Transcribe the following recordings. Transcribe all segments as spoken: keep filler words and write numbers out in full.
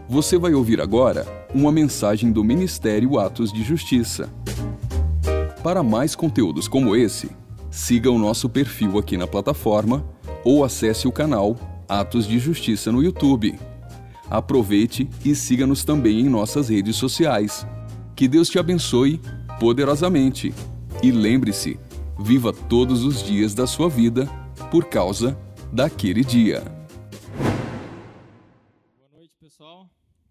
Você vai ouvir agora uma mensagem do Ministério Atos de Justiça. Para mais conteúdos como esse, siga o nosso perfil aqui na plataforma ou acesse o canal Atos de Justiça no YouTube. Aproveite e siga-nos também em nossas redes sociais. Que Deus te abençoe poderosamente. E lembre-se, viva todos os dias da sua vida por causa daquele dia. Boa noite, pessoal.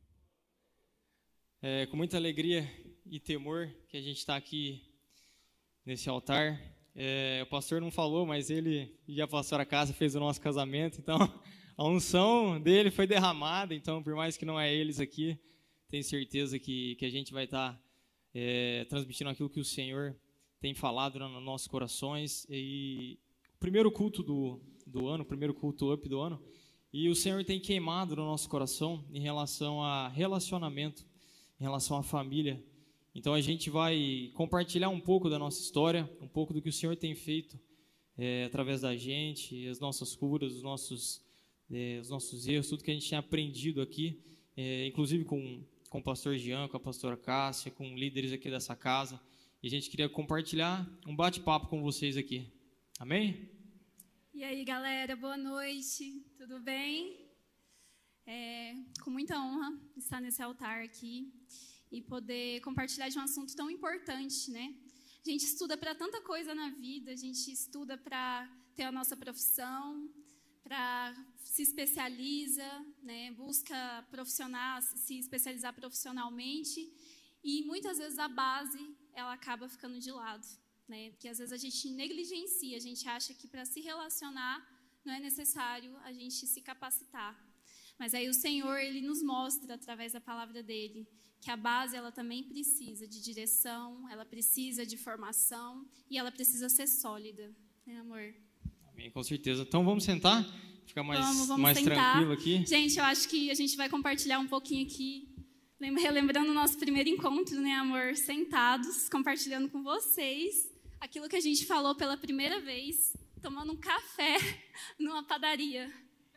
É com muita alegria e temor que a gente está aqui nesse altar. É, o pastor não falou, mas ele e a pastora Cássia fez o nosso casamento, então a unção dele foi derramada, então por mais que não é eles aqui, tenho certeza que, que a gente vai estar tá, é, transmitindo aquilo que o Senhor tem falado nos nossos corações. E o primeiro culto do, do ano, o primeiro culto up do ano, e o Senhor tem queimado no nosso coração em relação a relacionamento, em relação à família. Então a gente vai compartilhar um pouco da nossa história, um pouco do que o Senhor tem feito é, através da gente, as nossas curas, os nossos, é, os nossos erros, tudo que a gente tem aprendido aqui, é, inclusive com, com o pastor Jean, com a pastora Cássia, com líderes aqui dessa casa. E a gente queria compartilhar um bate-papo com vocês aqui. Amém? E aí, galera, boa noite, tudo bem? É, com muita honra estar nesse altar aqui e poder compartilhar de um assunto tão importante, né? A gente estuda para tanta coisa na vida, a gente estuda para ter a nossa profissão, para se especializa, né? Busca profissional, se especializar profissionalmente, e muitas vezes a base ela acaba ficando de lado, né? Porque às vezes a gente negligencia, a gente acha que para se relacionar não é necessário a gente se capacitar. Mas aí o Senhor, Ele nos mostra, através da palavra dEle, que a base, ela também precisa de direção, ela precisa de formação e ela precisa ser sólida, né, amor? Amém, com certeza. Então vamos sentar? Ficar mais, vamos, vamos mais tranquilo aqui. Gente, eu acho que a gente vai compartilhar um pouquinho aqui, relembrando o nosso primeiro encontro, né, amor? Sentados, compartilhando com vocês aquilo que a gente falou pela primeira vez, tomando um café numa padaria.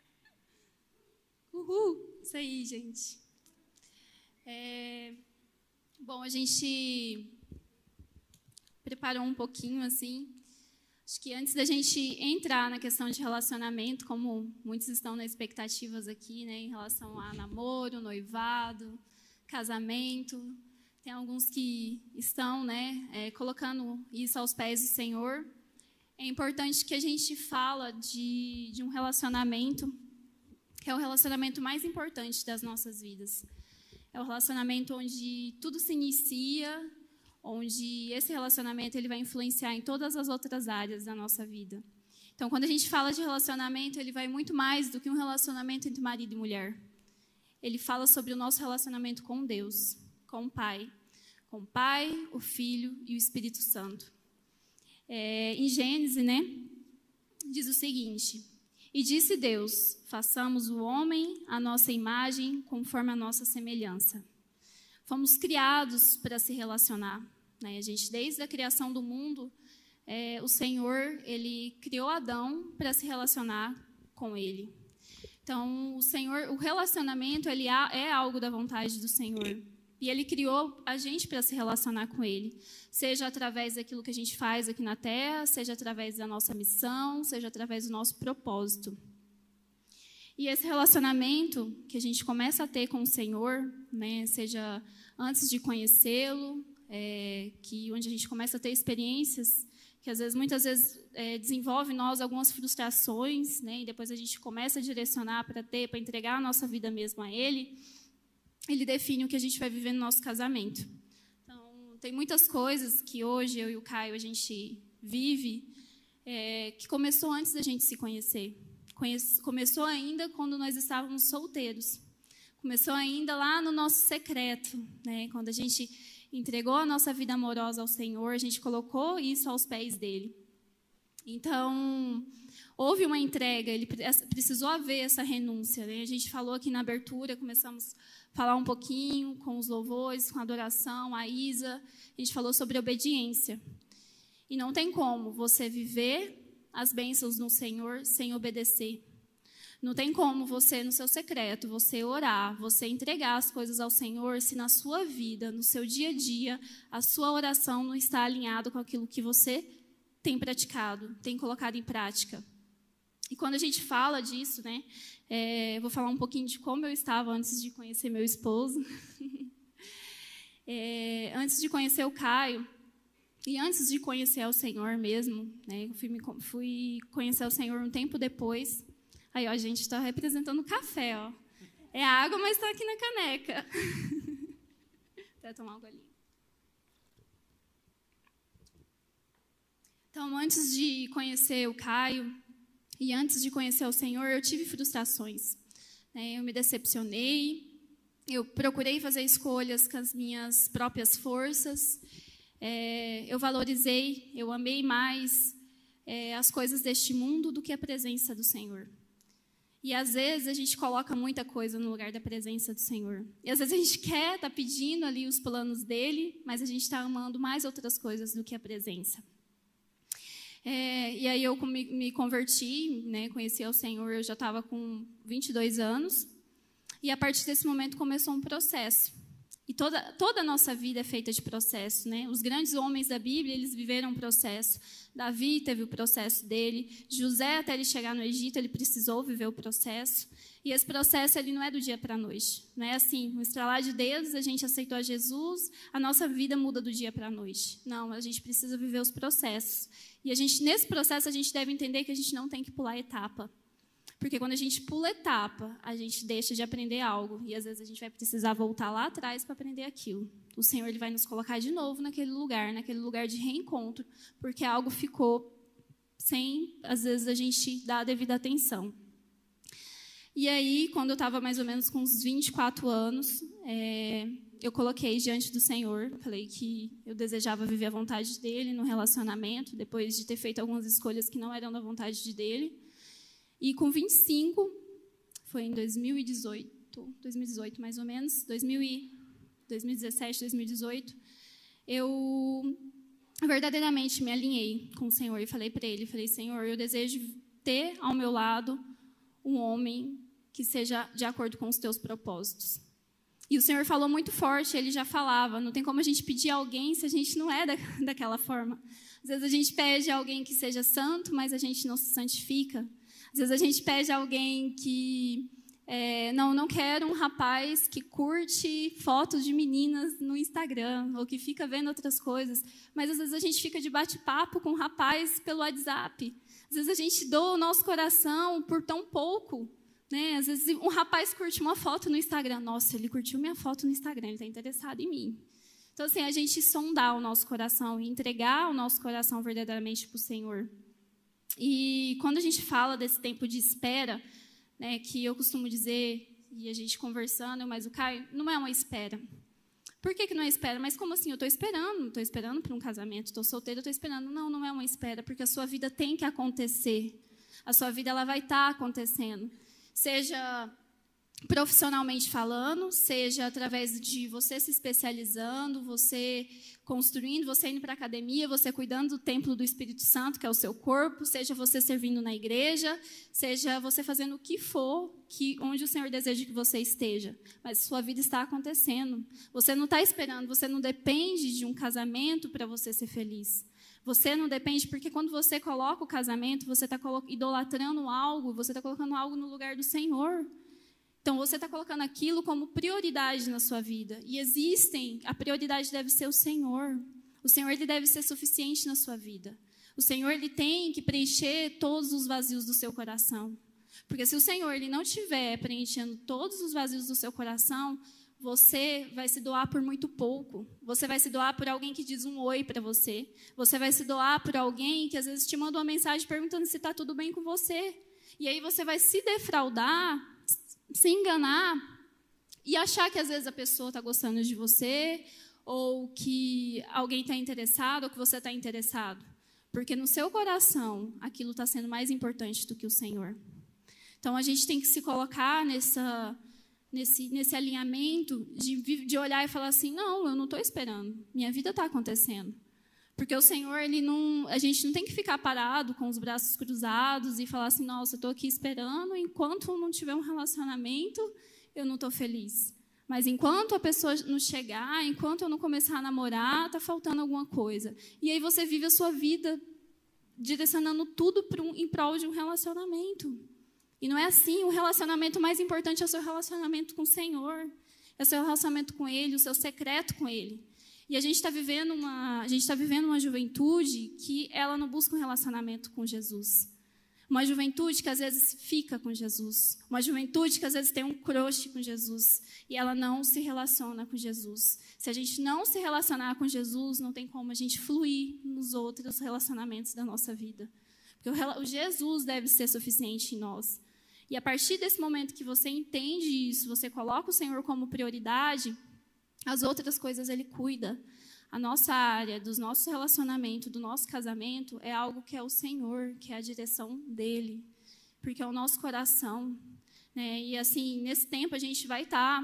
Uhul! Isso aí, gente. É, bom, a gente preparou um pouquinho, assim. Acho que antes da gente entrar na questão de relacionamento, como muitos estão nas expectativas aqui, né, em relação a namoro, noivado, casamento, tem alguns que estão, né, é, colocando isso aos pés do Senhor. É importante que a gente fala de, de um relacionamento que é o relacionamento mais importante das nossas vidas. É o relacionamento onde tudo se inicia, onde esse relacionamento ele vai influenciar em todas as outras áreas da nossa vida. Então, quando a gente fala de relacionamento, ele vai muito mais do que um relacionamento entre marido e mulher. Ele fala sobre o nosso relacionamento com Deus, com o Pai. Com o Pai, o Filho e o Espírito Santo. É, em Gênesis, né, diz o seguinte: e disse Deus, façamos o homem à nossa imagem, conforme a nossa semelhança. Fomos criados para se relacionar, né? A gente, desde a criação do mundo, é, o Senhor, Ele criou Adão para se relacionar com Ele. Então, o Senhor, o relacionamento, ele é algo da vontade do Senhor. E Ele criou a gente para se relacionar com Ele, seja através daquilo que a gente faz aqui na Terra, seja através da nossa missão, seja através do nosso propósito. E esse relacionamento que a gente começa a ter com o Senhor, né, seja antes de conhecê-lo, é, que onde a gente começa a ter experiências que às vezes, muitas vezes é, desenvolve em nós algumas frustrações, né, e depois a gente começa a direcionar para ter, para entregar a nossa vida mesmo a Ele. Ele define o que a gente vai viver no nosso casamento. Então, tem muitas coisas que hoje eu e o Caio a gente vive é, que começou antes da gente se conhecer. Conhece, começou ainda quando nós estávamos solteiros. Começou ainda lá no nosso secreto, né? Quando a gente entregou a nossa vida amorosa ao Senhor, a gente colocou isso aos pés dele. Então, houve uma entrega, ele precisou haver essa renúncia, né? A gente falou aqui na abertura, começamos a falar um pouquinho com os louvores, com a adoração, a Isa, a gente falou sobre obediência. E não tem como você viver as bênçãos no Senhor sem obedecer. Não tem como você, no seu secreto, você orar, você entregar as coisas ao Senhor, se na sua vida, no seu dia a dia, a sua oração não está alinhada com aquilo que você tem praticado, tem colocado em prática. E quando a gente fala disso, né, é, vou falar um pouquinho de como eu estava antes de conhecer meu esposo. é, antes de conhecer o Caio, e antes de conhecer o Senhor mesmo, né, eu fui, fui conhecer o Senhor um tempo depois. Aí, ó, a gente está representando o café, ó. É água, mas está aqui na caneca. Até tomar um golinho. Então, antes de conhecer o Caio e antes de conhecer o Senhor, eu tive frustrações. Né? Eu me decepcionei, eu procurei fazer escolhas com as minhas próprias forças, é, eu valorizei, eu amei mais é, as coisas deste mundo do que a presença do Senhor. E, às vezes, a gente coloca muita coisa no lugar da presença do Senhor. E, às vezes, a gente quer, está pedindo ali os planos dele, mas a gente está amando mais outras coisas do que a presença. É, e aí eu me, me converti, né, conheci o Senhor, eu já estava com vinte e dois anos. E, a partir desse momento, começou um processo. E toda, toda a nossa vida é feita de processo, né? Os grandes homens da Bíblia, eles viveram um processo. Davi teve o processo dele. José, até ele chegar no Egito, ele precisou viver o processo. E esse processo, ele não é do dia para a noite. Não é assim, no estralar de dedos, a gente aceitou a Jesus, a nossa vida muda do dia para a noite. Não, a gente precisa viver os processos. E a gente, nesse processo, a gente deve entender que a gente não tem que pular etapa. Porque quando a gente pula etapa, a gente deixa de aprender algo. E, às vezes, a gente vai precisar voltar lá atrás para aprender aquilo. O Senhor ele vai nos colocar de novo naquele lugar, naquele lugar de reencontro, porque algo ficou sem, às vezes, a gente dar a devida atenção. E aí, quando eu estava mais ou menos com uns vinte e quatro anos, é, eu coloquei diante do Senhor, falei que eu desejava viver a vontade dEle no relacionamento, depois de ter feito algumas escolhas que não eram da vontade dEle. E com vinte e cinco, foi em dois mil e dezoito, dois mil e dezoito mais ou menos, dois mil e dezessete, dois mil e dezoito, eu verdadeiramente me alinhei com o Senhor e falei para Ele, falei, Senhor, eu desejo ter ao meu lado um homem que seja de acordo com os Teus propósitos. E o Senhor falou muito forte, Ele já falava, não tem como a gente pedir alguém se a gente não é da, daquela forma. Às vezes a gente pede alguém que seja santo, mas a gente não se santifica. Às vezes a gente pede alguém que... É, não, não quero um rapaz que curte fotos de meninas no Instagram ou que fica vendo outras coisas. Mas, às vezes, a gente fica de bate-papo com um rapaz pelo WhatsApp. Às vezes, a gente doa o nosso coração por tão pouco. Né? Às vezes, um rapaz curte uma foto no Instagram. Nossa, ele curtiu minha foto no Instagram, ele está interessado em mim. Então, assim, a gente sondar o nosso coração e entregar o nosso coração verdadeiramente para o Senhor. E quando a gente fala desse tempo de espera, né, que eu costumo dizer, e a gente conversando, mas o Caio, não é uma espera. Por que, que não é espera? Mas como assim? Eu estou esperando, estou esperando para um casamento, estou solteira, estou esperando. Não, não é uma espera, porque a sua vida tem que acontecer. A sua vida ela vai estar acontecendo. Seja profissionalmente falando, seja através de você se especializando, você construindo, você indo para a academia, você cuidando do templo do Espírito Santo, que é o seu corpo, seja você servindo na igreja, seja você fazendo o que for, que, onde o Senhor deseja que você esteja. Mas sua vida está acontecendo. Você não está esperando, você não depende de um casamento para você ser feliz. Você não depende, porque quando você coloca o casamento, você está idolatrando algo, você está colocando algo no lugar do Senhor. Então, você está colocando aquilo como prioridade na sua vida. E existem, a prioridade deve ser o Senhor. O Senhor ele deve ser suficiente na sua vida. O Senhor ele tem que preencher todos os vazios do seu coração. Porque se o Senhor ele não estiver preenchendo todos os vazios do seu coração, você vai se doar por muito pouco. Você vai se doar por alguém que diz um oi para você. Você vai se doar por alguém que às vezes te manda uma mensagem perguntando se está tudo bem com você. E aí você vai se defraudar, se enganar e achar que às vezes a pessoa está gostando de você ou que alguém está interessado ou que você está interessado. Porque no seu coração aquilo está sendo mais importante do que o Senhor. Então a gente tem que se colocar nessa, nesse, nesse alinhamento de, de olhar e falar assim, não, eu não estou esperando, minha vida está acontecendo. Porque o Senhor, ele não, a gente não tem que ficar parado com os braços cruzados e falar assim, nossa, eu estou aqui esperando, enquanto não tiver um relacionamento, eu não estou feliz. Mas enquanto a pessoa não chegar, enquanto eu não começar a namorar, está faltando alguma coisa. E aí você vive a sua vida direcionando tudo para um, em prol de um relacionamento. E não é assim. O relacionamento mais importante é o seu relacionamento com o Senhor. É o seu relacionamento com Ele, o seu secreto com Ele. E a gente está vivendo uma, a gente está vivendo uma juventude que ela não busca um relacionamento com Jesus. Uma juventude que às vezes fica com Jesus. Uma juventude que às vezes tem um crush com Jesus. E ela não se relaciona com Jesus. Se a gente não se relacionar com Jesus, não tem como a gente fluir nos outros relacionamentos da nossa vida. Porque o Jesus deve ser suficiente em nós. E a partir desse momento que você entende isso, você coloca o Senhor como prioridade, as outras coisas Ele cuida. A nossa área, dos nossos relacionamentos, do nosso casamento, é algo que é o Senhor, que é a direção dEle, porque é o nosso coração. Né? E, assim, nesse tempo a gente vai estar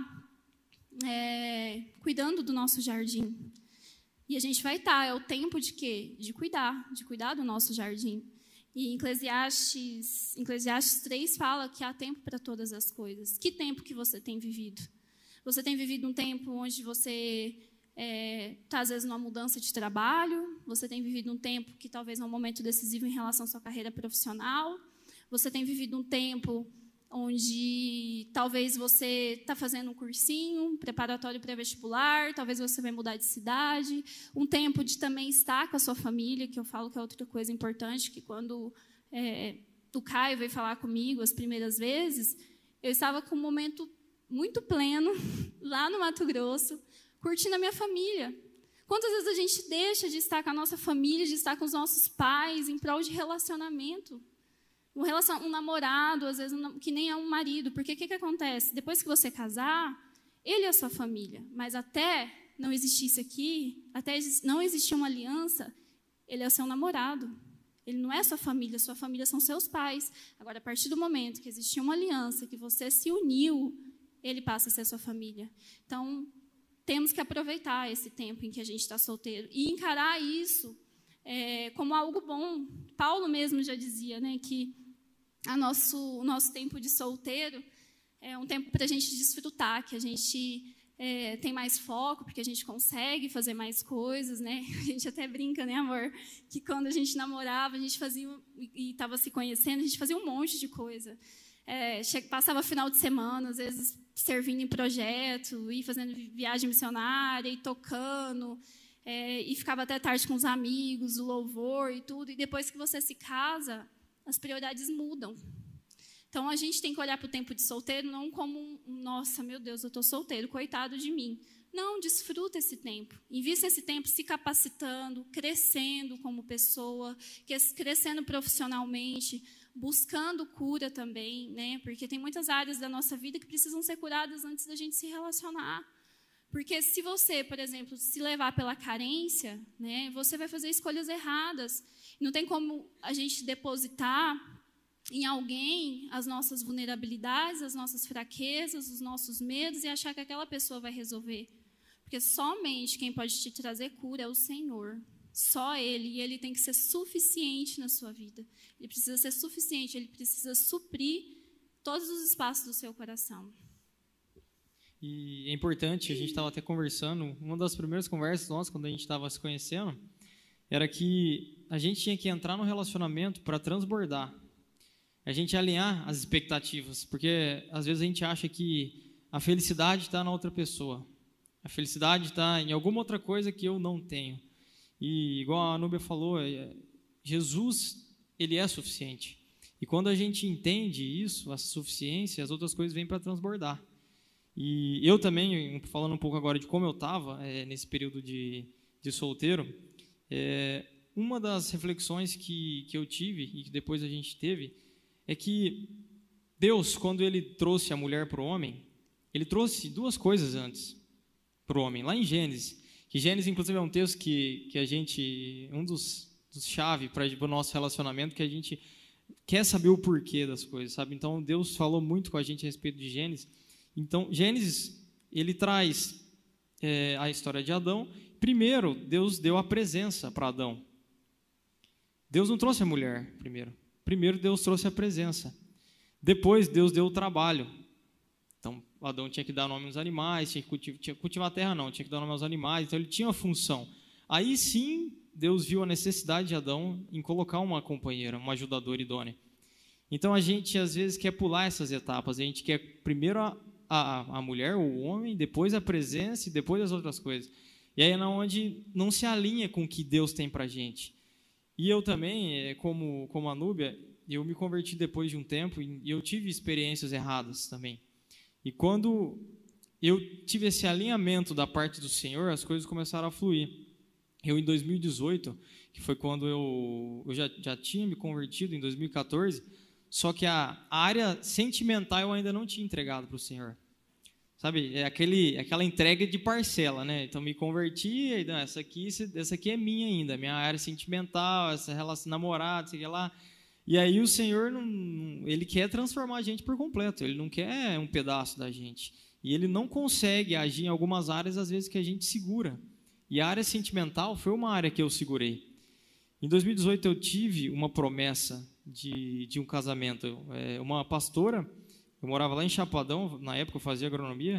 é, cuidando do nosso jardim. E a gente vai estar, é o tempo de quê? De cuidar, de cuidar do nosso jardim. E em Eclesiastes, Eclesiastes três fala que há tempo para todas as coisas. Que tempo que você tem vivido? Você tem vivido um tempo onde você... Está, é, às vezes, numa mudança de trabalho, você tem vivido um tempo que talvez é um momento decisivo em relação à sua carreira profissional, você tem vivido um tempo onde talvez você está fazendo um cursinho, um preparatório pré-vestibular, talvez você vai mudar de cidade, um tempo de também estar com a sua família, que eu falo que é outra coisa importante, que quando é, o Caio veio falar comigo as primeiras vezes, eu estava com um momento muito pleno, lá no Mato Grosso, curtindo a minha família. Quantas vezes a gente deixa de estar com a nossa família, de estar com os nossos pais, em prol de relacionamento? Um, relacion... um namorado, às vezes, um... que nem é um marido. Porque o que, que acontece? Depois que você casar, ele é a sua família. Mas até não existisse aqui, até não existir uma aliança, ele é o seu namorado. Ele não é sua família, sua família são seus pais. Agora, a partir do momento que existia uma aliança, que você se uniu, ele passa a ser sua família. Então, temos que aproveitar esse tempo em que a gente está solteiro e encarar isso é, como algo bom. Paulo mesmo já dizia, né, que a nosso, o nosso tempo de solteiro é um tempo para a gente desfrutar, que a gente é, tem mais foco, porque a gente consegue fazer mais coisas. Né? A gente até brinca, né, amor, que quando a gente namorava, a gente fazia e estava se conhecendo, a gente fazia um monte de coisa. É, passava final de semana, às vezes servindo em projeto, e fazendo viagem missionária, e tocando, é, e ficava até tarde com os amigos, o louvor e tudo. E depois que você se casa, as prioridades mudam. Então, a gente tem que olhar para o tempo de solteiro não como um, nossa, meu Deus, eu estou solteiro, coitado de mim. Não, desfruta esse tempo. Invista esse tempo se capacitando, crescendo como pessoa, crescendo profissionalmente, buscando cura também, né? Porque tem muitas áreas da nossa vida que precisam ser curadas antes da gente se relacionar. Porque se você, por exemplo, se levar pela carência, né, você vai fazer escolhas erradas. Não tem como a gente depositar em alguém as nossas vulnerabilidades, as nossas fraquezas, os nossos medos e achar que aquela pessoa vai resolver. Porque somente quem pode te trazer cura é o Senhor. Só Ele, e Ele tem que ser suficiente na sua vida. Ele precisa ser suficiente, Ele precisa suprir todos os espaços do seu coração. E é importante, a gente estava até conversando, uma das primeiras conversas nossas, quando a gente estava se conhecendo, era que a gente tinha que entrar no relacionamento para transbordar. A gente alinhar as expectativas, porque às vezes a gente acha que a felicidade está na outra pessoa. A felicidade está em alguma outra coisa que eu não tenho. E, igual a Núbia falou, Jesus, Ele é suficiente. E quando a gente entende isso, essa suficiência, as outras coisas vêm para transbordar. E eu também, falando um pouco agora de como eu estava é, nesse período de, de solteiro, é, uma das reflexões que, que eu tive, e que depois a gente teve, é que Deus, quando Ele trouxe a mulher para o homem, Ele trouxe duas coisas antes para o homem, lá em Gênesis. Que Gênesis, inclusive, é um texto que, que a gente, um dos, dos chave para o nosso relacionamento, que a gente quer saber o porquê das coisas, sabe? Então, Deus falou muito com a gente a respeito de Gênesis. Então, Gênesis, ele traz é, a história de Adão, primeiro, Deus deu a presença para Adão. Deus não trouxe a mulher primeiro. Primeiro, Deus trouxe a presença. Depois, Deus deu o trabalho. Então, Adão tinha que dar nome aos animais, tinha que cultivar, tinha que cultivar a terra, não, tinha que dar nome aos animais, então ele tinha uma função. Aí sim, Deus viu a necessidade de Adão em colocar uma companheira, uma ajudadora idônea. Então, a gente, às vezes, quer pular essas etapas. A gente quer primeiro a, a, a mulher, o homem, depois a presença e depois as outras coisas. E aí é onde não se alinha com o que Deus tem para a gente. E eu também, como, como a Núbia, eu me converti depois de um tempo e eu tive experiências erradas também. E quando eu tive esse alinhamento da parte do Senhor, as coisas começaram a fluir. Eu, em dois mil e dezoito, que foi quando eu, eu já, já tinha me convertido, em dois mil e quatorze, só que a área sentimental eu ainda não tinha entregado para o Senhor. Sabe, é aquele, aquela entrega de parcela, né? Então, me converti, e, não, essa, aqui, essa aqui é minha ainda, minha área sentimental, essa relação namorada, sei lá. E aí o Senhor, não, ele quer transformar a gente por completo, ele não quer um pedaço da gente. E ele não consegue agir em algumas áreas, às vezes, que a gente segura. E a área sentimental foi uma área que eu segurei. Em dois mil e dezoito, eu tive uma promessa de, de um casamento. É, uma pastora, eu morava lá em Chapadão, na época eu fazia agronomia,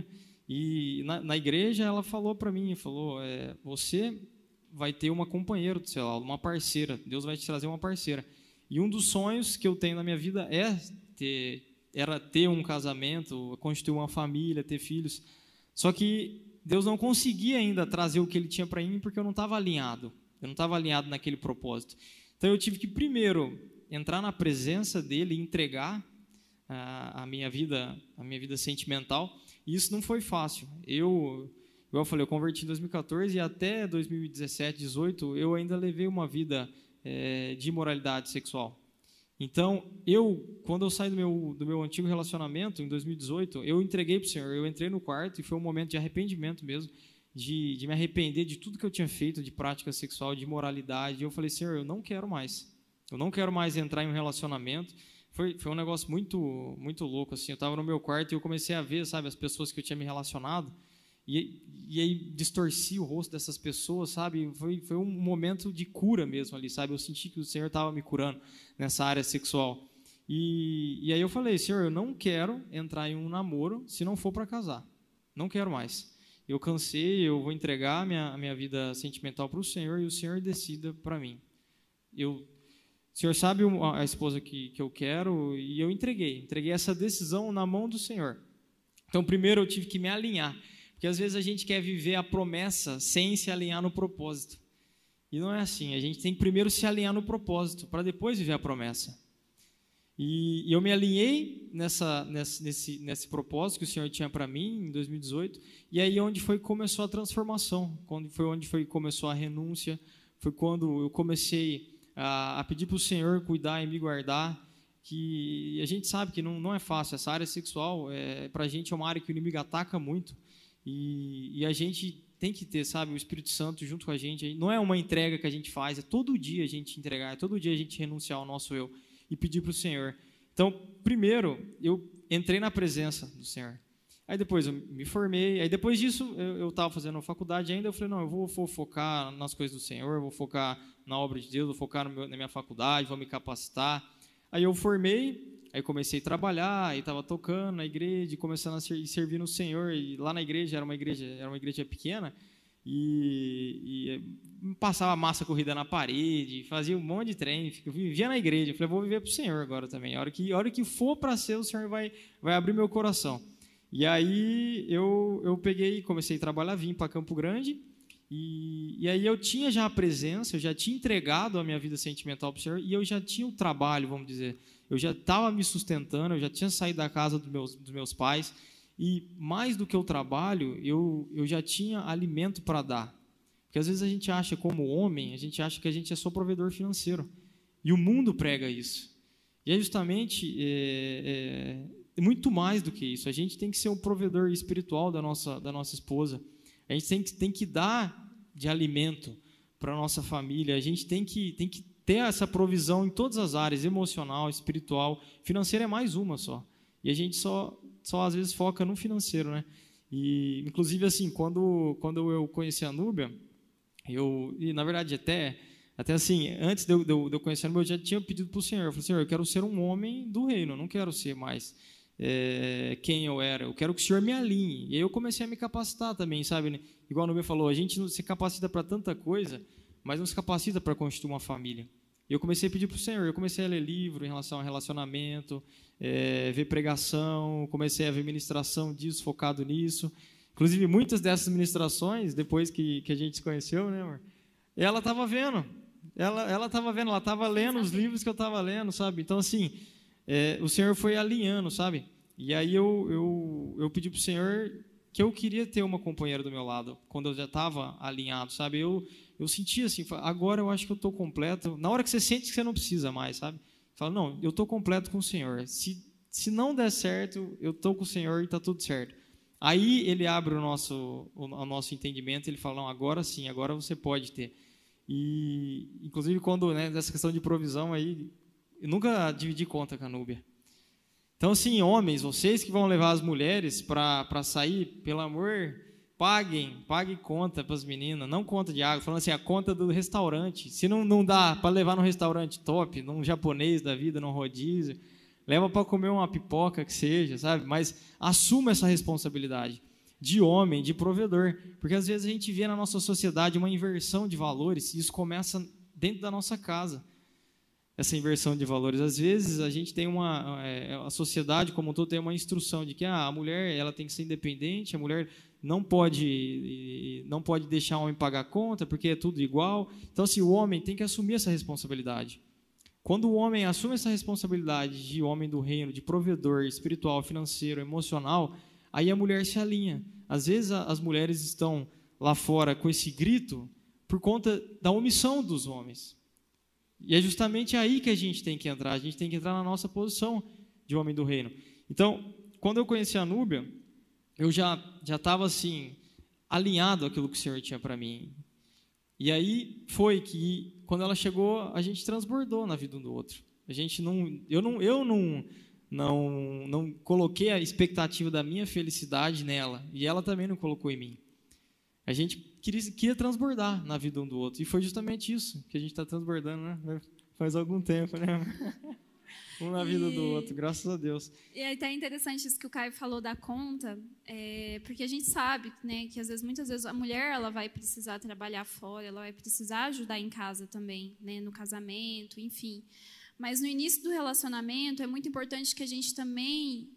e na, na igreja ela falou para mim, falou, é, você vai ter uma companheira do seu lado, uma parceira, Deus vai te trazer uma parceira. E um dos sonhos que eu tenho na minha vida é ter, era ter um casamento, constituir uma família, ter filhos. Só que Deus não conseguia ainda trazer o que Ele tinha para mim porque eu não estava alinhado. Eu não estava alinhado naquele propósito. Então eu tive que primeiro entrar na presença dEle e entregar a, a minha vida, a minha vida sentimental. E isso não foi fácil. Eu, igual eu falei, eu converti em dois mil e quatorze e até dois mil e dezessete, dezoito eu ainda levei uma vida É, de imoralidade sexual. Então, eu, quando eu saí do meu, do meu antigo relacionamento, em dois mil e dezoito, eu entreguei para o Senhor, eu entrei no quarto e foi um momento de arrependimento mesmo, de, de me arrepender de tudo que eu tinha feito, de prática sexual, de imoralidade, e eu falei, Senhor, eu não quero mais, eu não quero mais entrar em um relacionamento. Foi, foi um negócio muito, muito louco, assim, eu estava no meu quarto e eu comecei a ver, sabe, as pessoas que eu tinha me relacionado, E, e aí distorci o rosto dessas pessoas, sabe? Foi, foi um momento de cura mesmo ali, sabe? Eu senti que o Senhor estava me curando nessa área sexual. E, e aí eu falei, Senhor, eu não quero entrar em um namoro se não for para casar. Não quero mais. Eu cansei, eu vou entregar a minha, a minha vida sentimental para o Senhor e o Senhor decida para mim. Eu, o Senhor sabe a esposa que, que eu quero e eu entreguei. Entreguei essa decisão na mão do Senhor. Então, primeiro eu tive que me alinhar. Porque às vezes a gente quer viver a promessa sem se alinhar no propósito. E não é assim. A gente tem que primeiro se alinhar no propósito, para depois viver a promessa. E, e eu me alinhei nessa, nesse, nesse, nesse propósito que o Senhor tinha para mim em dois mil e dezoito. E aí onde foi que começou a transformação. Quando foi onde foi que começou a renúncia. Foi quando eu comecei a, a pedir para o Senhor cuidar e me guardar. Que a gente sabe que não, não é fácil. Essa área sexual, é, para a gente, é uma área que o inimigo ataca muito. E, e a gente tem que ter, sabe, o Espírito Santo junto com a gente. Não é uma entrega que a gente faz, é todo dia a gente entregar, é todo dia a gente renunciar ao nosso eu e pedir para o Senhor. Então, primeiro, eu entrei na presença do Senhor. Aí depois eu me formei, aí depois disso eu estava fazendo faculdade ainda, eu falei, não, eu vou, vou focar nas coisas do Senhor, vou focar na obra de Deus, vou focar no meu, na minha faculdade, vou me capacitar. Aí eu formei, aí comecei a trabalhar, aí estava tocando na igreja, começando a ser, servir no Senhor. E lá na igreja era uma igreja, era uma igreja pequena, e, e passava massa corrida na parede, fazia um monte de trem, vivia na igreja. Falei, vou viver para o Senhor agora também. A hora que, a hora que for para ser, o Senhor vai, vai abrir meu coração. E aí eu, eu peguei, comecei a trabalhar, vim para Campo Grande. E, e aí eu tinha já a presença, eu já tinha entregado a minha vida sentimental para o Senhor e eu já tinha o trabalho, vamos dizer. Eu já estava me sustentando, eu já tinha saído da casa dos meus, dos meus pais e mais do que o trabalho, eu, eu já tinha alimento para dar. Porque às vezes a gente acha, como homem, a gente acha que a gente é só provedor financeiro. E o mundo prega isso. E é justamente é, é, muito mais do que isso. A gente tem que ser um provedor espiritual da nossa, da nossa esposa. A gente tem que, tem que dar de alimento para a nossa família. A gente tem que, tem que ter essa provisão em todas as áreas, emocional, espiritual. Financeira é mais uma só. E a gente só, só às vezes, foca no financeiro, né? E, inclusive, assim, quando, quando eu conheci a Núbia, Eu, e, na verdade, até, até assim, antes de eu, de eu conhecer, eu já tinha pedido para o Senhor. Eu falei, Senhor, eu quero ser um homem do reino, eu não quero ser mais é, quem eu era. Eu quero que o Senhor me alinhe. E aí eu comecei a me capacitar também, sabe? Né? Igual a Nubia falou, a gente não se capacita para tanta coisa, mas não se capacita para constituir uma família. E eu comecei a pedir para o Senhor, eu comecei a ler livro em relação ao relacionamento, é, ver pregação, comecei a ver ministração disso, focado nisso. Inclusive, muitas dessas ministrações, depois que, que a gente se conheceu, né, amor? Ela estava vendo, ela ela estava vendo, ela estava lendo os livros que eu estava lendo, sabe? Então, assim, é, o Senhor foi alinhando, sabe? E aí eu, eu, eu pedi para o Senhor que eu queria ter uma companheira do meu lado, quando eu já estava alinhado, sabe? Eu, eu sentia assim, agora eu acho que eu estou completo. Na hora que você sente que você não precisa mais, sabe? Fala, não, eu estou completo com o Senhor. Se, se não der certo, eu estou com o Senhor e está tudo certo. Aí ele abre o nosso, o, o nosso entendimento, ele fala, não, agora sim, agora você pode ter. E, inclusive, quando, né, nessa questão de provisão, aí, eu nunca dividi conta com a Núbia. Então, assim, homens, vocês que vão levar as mulheres para sair, pelo amor, paguem, paguem conta para as meninas, não conta de água, falando assim, a conta do restaurante. Se não, não dá para levar num restaurante top, num japonês da vida, num rodízio, leva para comer uma pipoca que seja, sabe? Mas assuma essa responsabilidade de homem, de provedor. Porque às vezes a gente vê na nossa sociedade uma inversão de valores e isso começa dentro da nossa casa. Essa inversão de valores. Às vezes a gente tem uma... É, a sociedade como um todo tem uma instrução de que ah, a mulher ela tem que ser independente, a mulher não pode, não pode deixar o homem pagar conta porque é tudo igual. Então, assim, o homem tem que assumir essa responsabilidade. Quando o homem assume essa responsabilidade de homem do reino, de provedor espiritual, financeiro, emocional, aí a mulher se alinha. Às vezes as mulheres estão lá fora com esse grito por conta da omissão dos homens. E é justamente aí que a gente tem que entrar. A gente tem que entrar na nossa posição de homem do reino. Então, quando eu conheci a Núbia, eu já já estava assim alinhado àquilo que o Senhor tinha para mim. E aí foi que, quando ela chegou, a gente transbordou na vida um do outro. A gente não, eu não, eu não, não, não coloquei a expectativa da minha felicidade nela, e ela também não colocou em mim. A gente queria, queria transbordar na vida um do outro, e foi justamente isso que a gente está transbordando, né? Faz algum tempo, né? Um na vida e... do outro, graças a Deus. E é até interessante isso que o Caio falou da conta, é, porque a gente sabe, né, que às vezes, muitas vezes a mulher ela vai precisar trabalhar fora, ela vai precisar ajudar em casa também, né, no casamento, enfim. Mas no início do relacionamento é muito importante que a gente também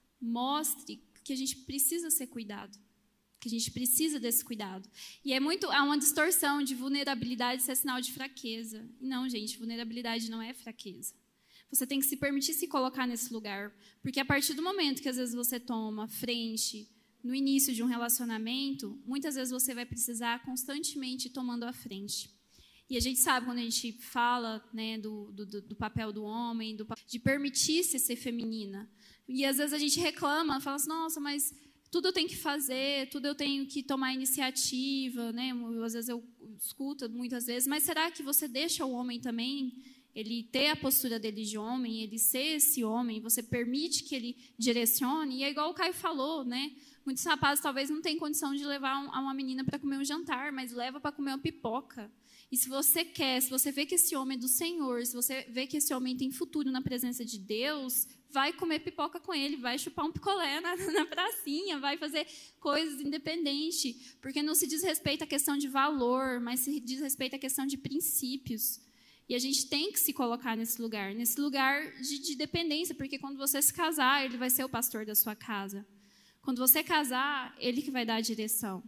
mostre que a gente precisa ser cuidado, que a gente precisa desse cuidado. E é muito, há uma distorção de vulnerabilidade ser sinal de fraqueza. Não, gente, vulnerabilidade não é fraqueza. Você tem que se permitir se colocar nesse lugar. Porque a partir do momento que, às vezes, você toma frente no início de um relacionamento, muitas vezes você vai precisar constantemente ir tomando a frente. E a gente sabe, quando a gente fala, né, do, do, do papel do homem, do, de permitir-se ser feminina. E, às vezes, a gente reclama, fala assim, nossa, mas tudo eu tenho que fazer, tudo eu tenho que tomar iniciativa. Né? Às vezes eu escuto, muitas vezes, mas será que você deixa o homem também... ele ter a postura dele de homem, ele ser esse homem, você permite que ele direcione, e é igual o Caio falou, né? Muitos rapazes talvez não tenham condição de levar uma menina para comer um jantar, mas leva para comer uma pipoca. E se você quer, se você vê que esse homem é do Senhor, se você vê que esse homem tem futuro na presença de Deus, vai comer pipoca com ele, vai chupar um picolé na, na pracinha, vai fazer coisas independentes, porque não se diz respeito à questão de valor, mas se diz respeito à questão de princípios. E a gente tem que se colocar nesse lugar, nesse lugar de, de dependência, porque quando você se casar, ele vai ser o pastor da sua casa. Quando você casar, ele que vai dar a direção.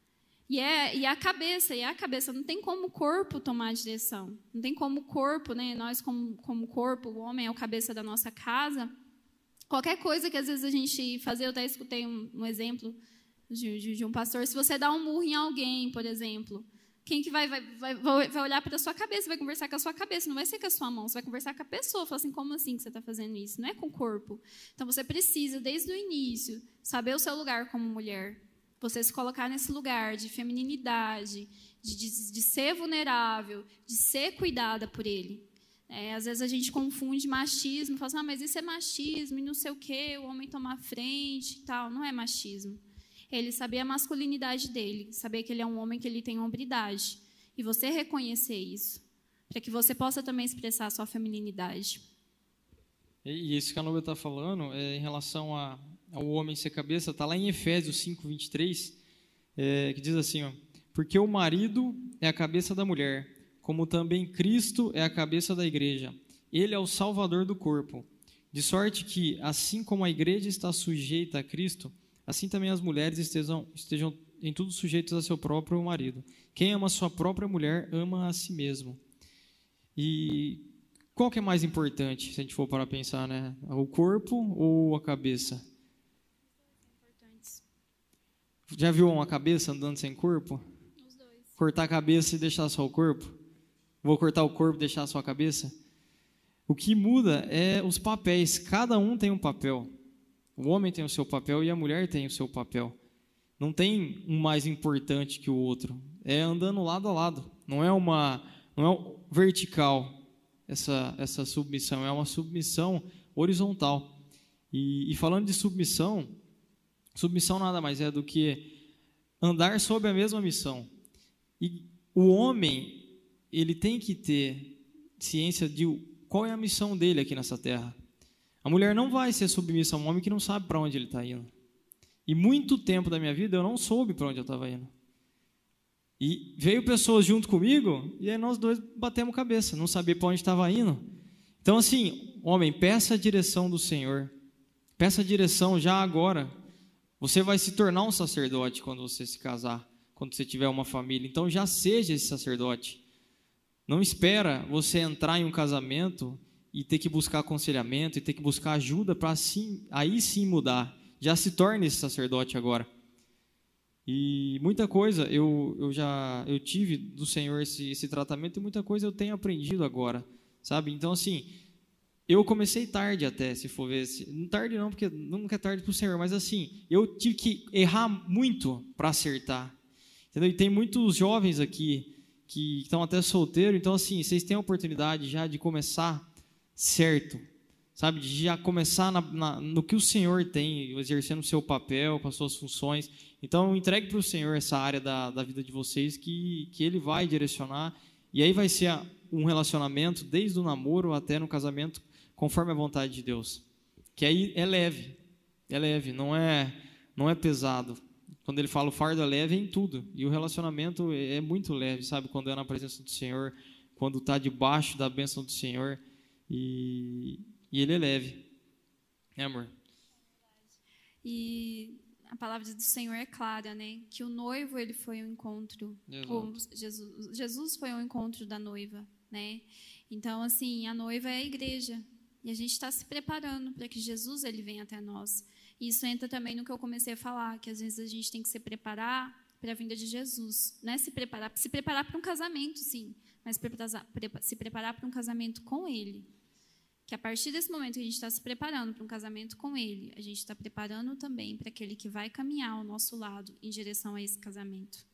E é, e é a cabeça, e é a cabeça. Não tem como o corpo tomar a direção. Não tem como o corpo, né? Nós como, como corpo, o homem é o cabeça da nossa casa. Qualquer coisa que às vezes a gente fazer, eu até escutei um, um exemplo de, de, de um pastor, se você dá um murro em alguém, por exemplo... Quem que vai, vai, vai, vai olhar para a sua cabeça, vai conversar com a sua cabeça, não vai ser com a sua mão, você vai conversar com a pessoa, falar assim, como assim que você está fazendo isso? Não é com o corpo. Então, você precisa, desde o início, saber o seu lugar como mulher, você se colocar nesse lugar de femininidade, de, de, de ser vulnerável, de ser cuidada por ele. É, às vezes a gente confunde machismo, fala assim, ah, mas isso é machismo, e não sei o quê, o homem tomar frente e tal. Não é machismo. Ele saber a masculinidade dele, saber que ele é um homem, que ele tem hombridade. E você reconhecer isso, para que você possa também expressar a sua feminilidade. E isso que a Nubia está falando, é, em relação a, ao homem ser cabeça, está lá em Efésios cinco, vinte e três, é, que diz assim, ó, porque o marido é a cabeça da mulher, como também Cristo é a cabeça da igreja. Ele é o salvador do corpo. De sorte que, assim como a igreja está sujeita a Cristo, assim também as mulheres estejam, estejam em tudo sujeitas a seu próprio marido. Quem ama a sua própria mulher, ama a si mesmo. E qual que é mais importante, se a gente for para pensar, né? O corpo ou a cabeça? Importantes. Já viu uma cabeça andando sem corpo? Os dois. Cortar a cabeça e deixar só o corpo? Vou cortar o corpo e deixar só a cabeça? O que muda é os papéis. Cada um tem um papel. O homem tem o seu papel e a mulher tem o seu papel. Não tem um mais importante que o outro. É andando lado a lado. Não é uma, não é vertical essa, essa submissão. É uma submissão horizontal. E, e falando de submissão, submissão nada mais é do que andar sob a mesma missão. E o homem, ele tem que ter ciência de qual é a missão dele aqui nessa terra. A mulher não vai ser submissa a um homem que não sabe para onde ele está indo. E muito tempo da minha vida eu não soube para onde eu estava indo. E veio pessoas junto comigo e aí nós dois batemos cabeça, não sabia para onde estava indo. Então assim, homem, peça a direção do Senhor. Peça a direção já agora. Você vai se tornar um sacerdote quando você se casar, quando você tiver uma família. Então já seja esse sacerdote. Não espera você entrar em um casamento e ter que buscar aconselhamento, e ter que buscar ajuda para assim, aí sim mudar. Já se torne esse sacerdote agora. E muita coisa eu, eu já eu tive do Senhor esse, esse tratamento, e muita coisa eu tenho aprendido agora, sabe? Então, assim, eu comecei tarde até, se for ver. Se, tarde não, porque nunca é tarde para o Senhor, mas assim, eu tive que errar muito para acertar. Entendeu? E tem muitos jovens aqui que estão até solteiros, então, assim, vocês têm a oportunidade já de começar certo, sabe, de já começar na, na, no que o Senhor tem, exercendo o seu papel, com as suas funções. Então, entregue para o Senhor essa área da, da vida de vocês, que, que Ele vai direcionar, e aí vai ser um relacionamento, desde o namoro até no casamento, conforme a vontade de Deus, que aí é leve, é leve, não é, não é pesado. Quando ele fala o fardo é leve, é em tudo, e o relacionamento é muito leve, sabe, quando é na presença do Senhor, quando está debaixo da bênção do Senhor. E, e ele é leve, né, amor? E a palavra do Senhor é clara, né? Que o noivo ele foi ao encontro, ou Jesus, Jesus foi ao encontro da noiva, né? Então, assim, a noiva é a igreja e a gente está se preparando para que Jesus ele venha até nós. E isso entra também no que eu comecei a falar, que às vezes a gente tem que se preparar para a vinda de Jesus, né? Se preparar, se preparar para um casamento, sim, mas se preparar para um casamento com Ele. Que a partir desse momento que a gente está se preparando para um casamento com Ele, a gente está preparando também para aquele que vai caminhar ao nosso lado em direção a esse casamento.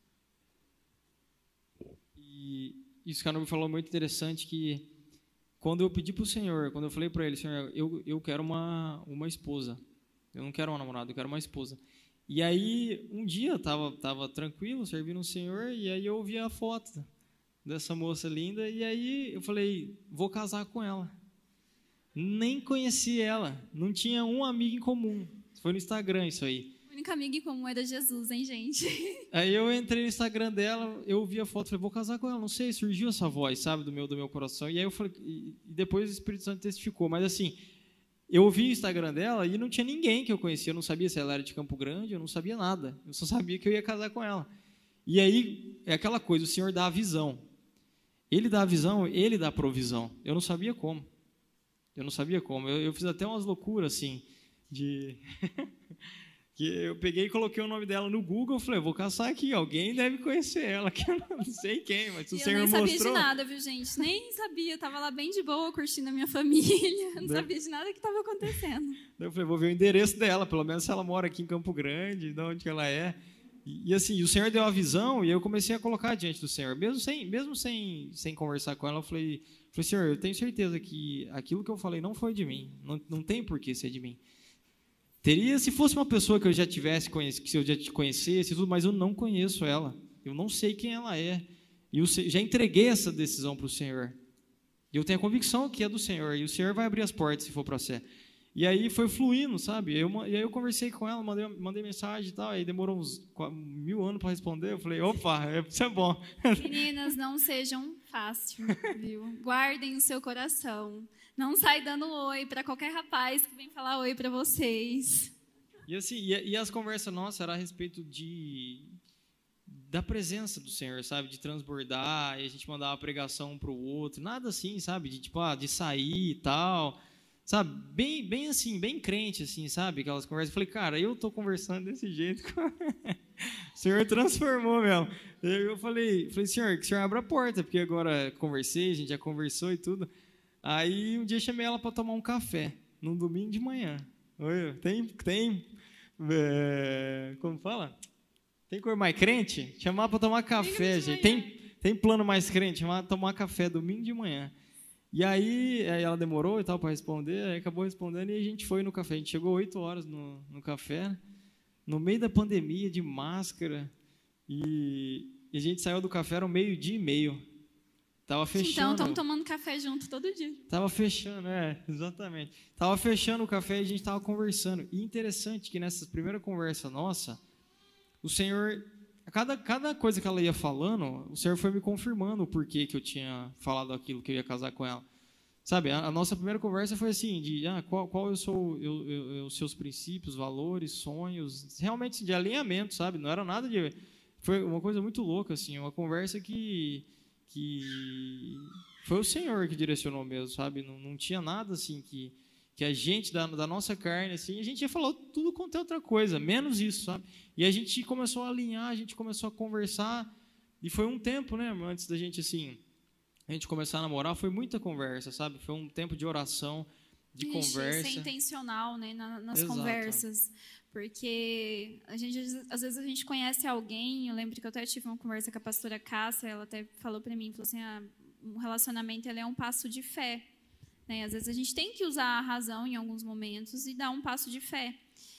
E isso que a Nubia falou é muito interessante, que quando eu pedi para o Senhor, quando eu falei para Ele, Senhor, eu, eu quero uma, uma esposa, eu não quero uma namorada, eu quero uma esposa. E aí, um dia, eu estava tava tranquilo, servindo o Senhor, e aí eu ouvi a foto dessa moça linda, e aí eu falei, vou casar com ela. Nem conheci ela, não tinha um amigo em comum, foi no Instagram isso aí. O único amigo em comum era Jesus, hein, gente? Aí eu entrei no Instagram dela, eu vi a foto, falei, vou casar com ela, não sei, surgiu essa voz, sabe, do meu, do meu coração, e aí eu falei, e depois o Espírito Santo testificou, mas assim, eu ouvi o Instagram dela e não tinha ninguém que eu conhecia, eu não sabia se ela era de Campo Grande, eu não sabia nada, eu só sabia que eu ia casar com ela. E aí, é aquela coisa, o Senhor dá a visão, Ele dá a visão, Ele dá a provisão, eu não sabia como. Eu não sabia como. Eu, eu fiz até umas loucuras, assim, de... que eu peguei e coloquei o nome dela no Google, eu falei, vou caçar aqui, alguém deve conhecer ela, que eu não sei quem, mas o e Senhor mostrou... Eu nem mostrou... sabia de nada, viu, gente? Nem sabia, eu estava lá bem de boa, curtindo a minha família, não sabia de nada que estava acontecendo. Daí eu falei, vou ver o endereço dela, pelo menos se ela mora aqui em Campo Grande, de onde que ela é. E, e assim, o Senhor deu a visão e eu comecei a colocar diante do Senhor, mesmo sem, mesmo sem, sem conversar com ela, eu falei... Falei, Senhor, eu tenho certeza que aquilo que eu falei não foi de mim, não, não tem por que ser de mim. Teria, se fosse uma pessoa que eu já tivesse conhecido, que eu já te conhecesse, tudo, mas eu não conheço ela, eu não sei quem ela é, E o, já entreguei essa decisão para o Senhor. E eu tenho a convicção que é do Senhor. E o Senhor vai abrir as portas se for para você. E aí foi fluindo, sabe? Eu, e aí eu conversei com ela, mandei, mandei mensagem e tal. Aí demorou uns mil anos para responder. Eu falei, opa, isso é bom. Meninas, não sejam fáceis, viu? Guardem o seu coração. Não sai dando oi para qualquer rapaz que vem falar oi para vocês. E, assim, e, e as conversas nossas eram a respeito de... da presença do Senhor, sabe? De transbordar, e a gente mandar uma pregação um para o outro, nada assim, sabe? De, tipo, ah, de sair e tal, sabe? Bem, bem assim, bem crente, assim, sabe? Aquelas conversas. Eu falei, cara, eu tô conversando desse jeito. O Senhor transformou mesmo. Eu falei, falei, Senhor, que o Senhor abra a porta, porque agora conversei, a gente já conversou e tudo. Aí um dia eu chamei ela para tomar um café, num domingo de manhã. Oi, tem, tem, é, como fala? Tem cor mais crente? Chamar para tomar café, gente. Tem, tem plano mais crente? Chamar para tomar café domingo de manhã. E aí, aí ela demorou e tal para responder, aí acabou respondendo e a gente foi no café. A gente chegou oito horas no, no café, no meio da pandemia, de máscara, e, e a gente saiu do café, era um meio-dia e meio. Tava fechando. Então, estamos tomando café junto todo dia. Tava fechando, é, exatamente. Tava fechando o café e a gente tava conversando. E interessante que nessa primeira conversa nossa, o Senhor, cada, cada coisa que ela ia falando, o Senhor foi me confirmando o porquê que eu tinha falado aquilo, que eu ia casar com ela. Sabe, a, a nossa primeira conversa foi assim, de ah, qual, qual eu sou, eu, eu, eu, os seus princípios, valores, sonhos, realmente de alinhamento, sabe? Não era nada de... Foi uma coisa muito louca, assim, uma conversa que... que foi o Senhor que direcionou mesmo, sabe? Não, não tinha nada assim que, que a gente, da, da nossa carne, assim, a gente ia falar tudo quanto é outra coisa, menos isso, sabe? E a gente começou a alinhar, a gente começou a conversar, e foi um tempo, né, antes da gente, assim, a gente começar a namorar, foi muita conversa, sabe? Foi um tempo de oração, de a gente conversa. Ser intencional, né, na, nas Exato. Conversas. Porque a gente, às vezes a gente conhece alguém, eu lembro que eu até tive uma conversa com a pastora Cássia, ela até falou para mim, falou assim, ah, um relacionamento ele é um passo de fé. Né? Às vezes a gente tem que usar a razão em alguns momentos e dar um passo de fé.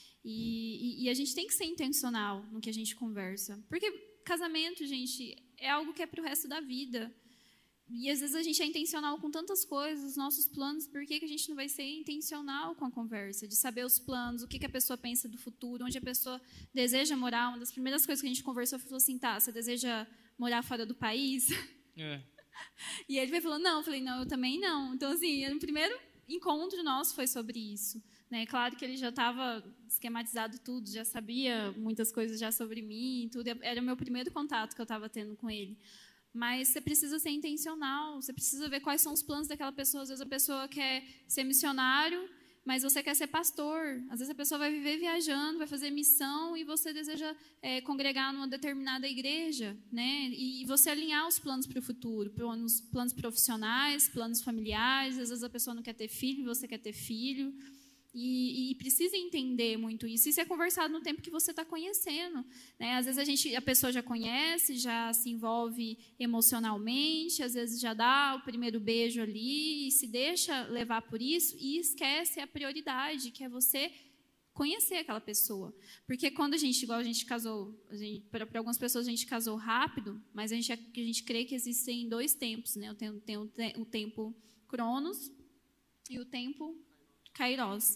E, e, e a gente tem que ser intencional no que a gente conversa. Porque casamento, gente, é algo que é para o resto da vida. E às vezes a gente é intencional com tantas coisas, os nossos planos, por que, que a gente não vai ser intencional com a conversa? De saber os planos, o que, que a pessoa pensa do futuro, onde a pessoa deseja morar. Uma das primeiras coisas que a gente conversou foi assim, tá, você deseja morar fora do país? É. E ele veio e falou, não, eu falei, não, eu também não. Então, assim, no primeiro encontro nosso foi sobre isso. Né? Claro que ele já estava esquematizado tudo, já sabia muitas coisas já sobre mim, tudo. Era o meu primeiro contato que eu estava tendo com ele. Mas você precisa ser intencional, você precisa ver quais são os planos daquela pessoa. Às vezes a pessoa quer ser missionário, mas você quer ser pastor. Às vezes a pessoa vai viver viajando, vai fazer missão e você deseja é, congregar numa determinada igreja, né? E você alinhar os planos para o futuro, planos, planos profissionais, planos familiares. Às vezes a pessoa não quer ter filho, você quer ter filho. E, e precisa entender muito isso. Isso é conversado no tempo que você está conhecendo. Né? Às vezes a, gente, a pessoa já conhece, já se envolve emocionalmente, às vezes já dá o primeiro beijo ali e se deixa levar por isso e esquece a prioridade, que é você conhecer aquela pessoa. Porque quando a gente, igual a gente casou, para algumas pessoas a gente casou rápido, mas a gente, a gente crê que existem dois tempos. Né? Tem, tem o, o tempo Cronos e o tempo Kairos.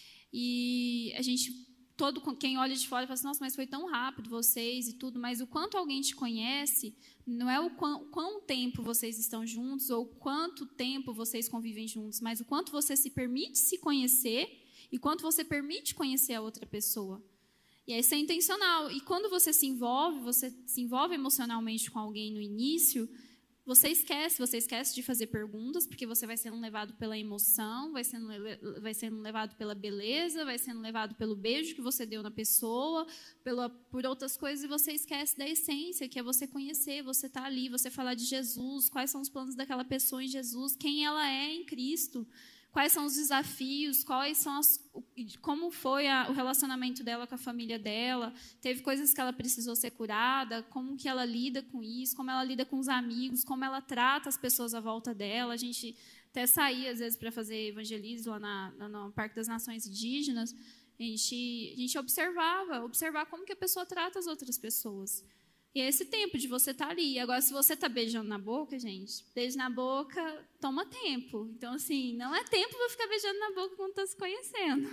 E a gente, todo quem olha de fora fala assim, nossa, mas foi tão rápido vocês e tudo, mas o quanto alguém te conhece não é o quão, quão tempo vocês estão juntos ou quanto tempo vocês convivem juntos, mas o quanto você se permite se conhecer e quanto você permite conhecer a outra pessoa. E aí isso é intencional. E quando você se envolve, você se envolve emocionalmente com alguém no início, você esquece, você esquece de fazer perguntas, porque você vai sendo levado pela emoção, vai sendo, vai sendo levado pela beleza, vai sendo levado pelo beijo que você deu na pessoa, pela, por outras coisas, e você esquece da essência, que é você conhecer, você estar ali, você falar de Jesus, quais são os planos daquela pessoa em Jesus, quem ela é em Cristo, quais são os desafios, quais são as, como foi a, o relacionamento dela com a família dela, teve coisas que ela precisou ser curada, como que ela lida com isso, como ela lida com os amigos, como ela trata as pessoas à volta dela. A gente até saía, às vezes, para fazer evangelismo lá na, na, no Parque das Nações Indígenas, a gente, a gente observava, observar como que a pessoa trata as outras pessoas. E é esse tempo de você estar ali. Agora, se você está beijando na boca, gente, beijo na boca toma tempo. Então, assim, não é tempo para ficar beijando na boca quando está se conhecendo.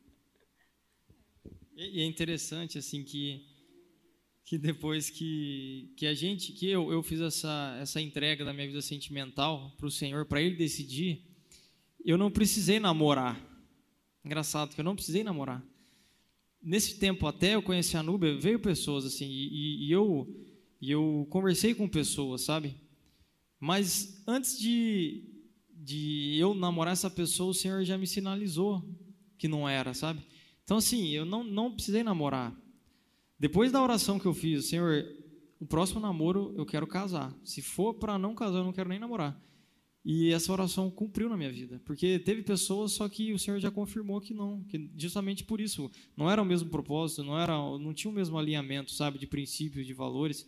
E é interessante, assim, que, que depois que, que a gente, que eu, eu fiz essa, essa entrega da minha vida sentimental para o Senhor, para Ele decidir, eu não precisei namorar. Engraçado que eu não precisei namorar. Nesse tempo, até eu conhecer a Núbia, veio pessoas, assim, e, e, eu, e eu conversei com pessoas, sabe? Mas antes de, de eu namorar essa pessoa, o Senhor já me sinalizou que não era, sabe? Então, assim, eu não, não precisei namorar. Depois da oração que eu fiz, Senhor, o próximo namoro eu quero casar. Se for para não casar, eu não quero nem namorar. E essa oração cumpriu na minha vida, porque teve pessoas, só que o Senhor já confirmou que não, que justamente por isso, não era o mesmo propósito, não, era, não tinha o mesmo alinhamento, sabe, de princípios, de valores.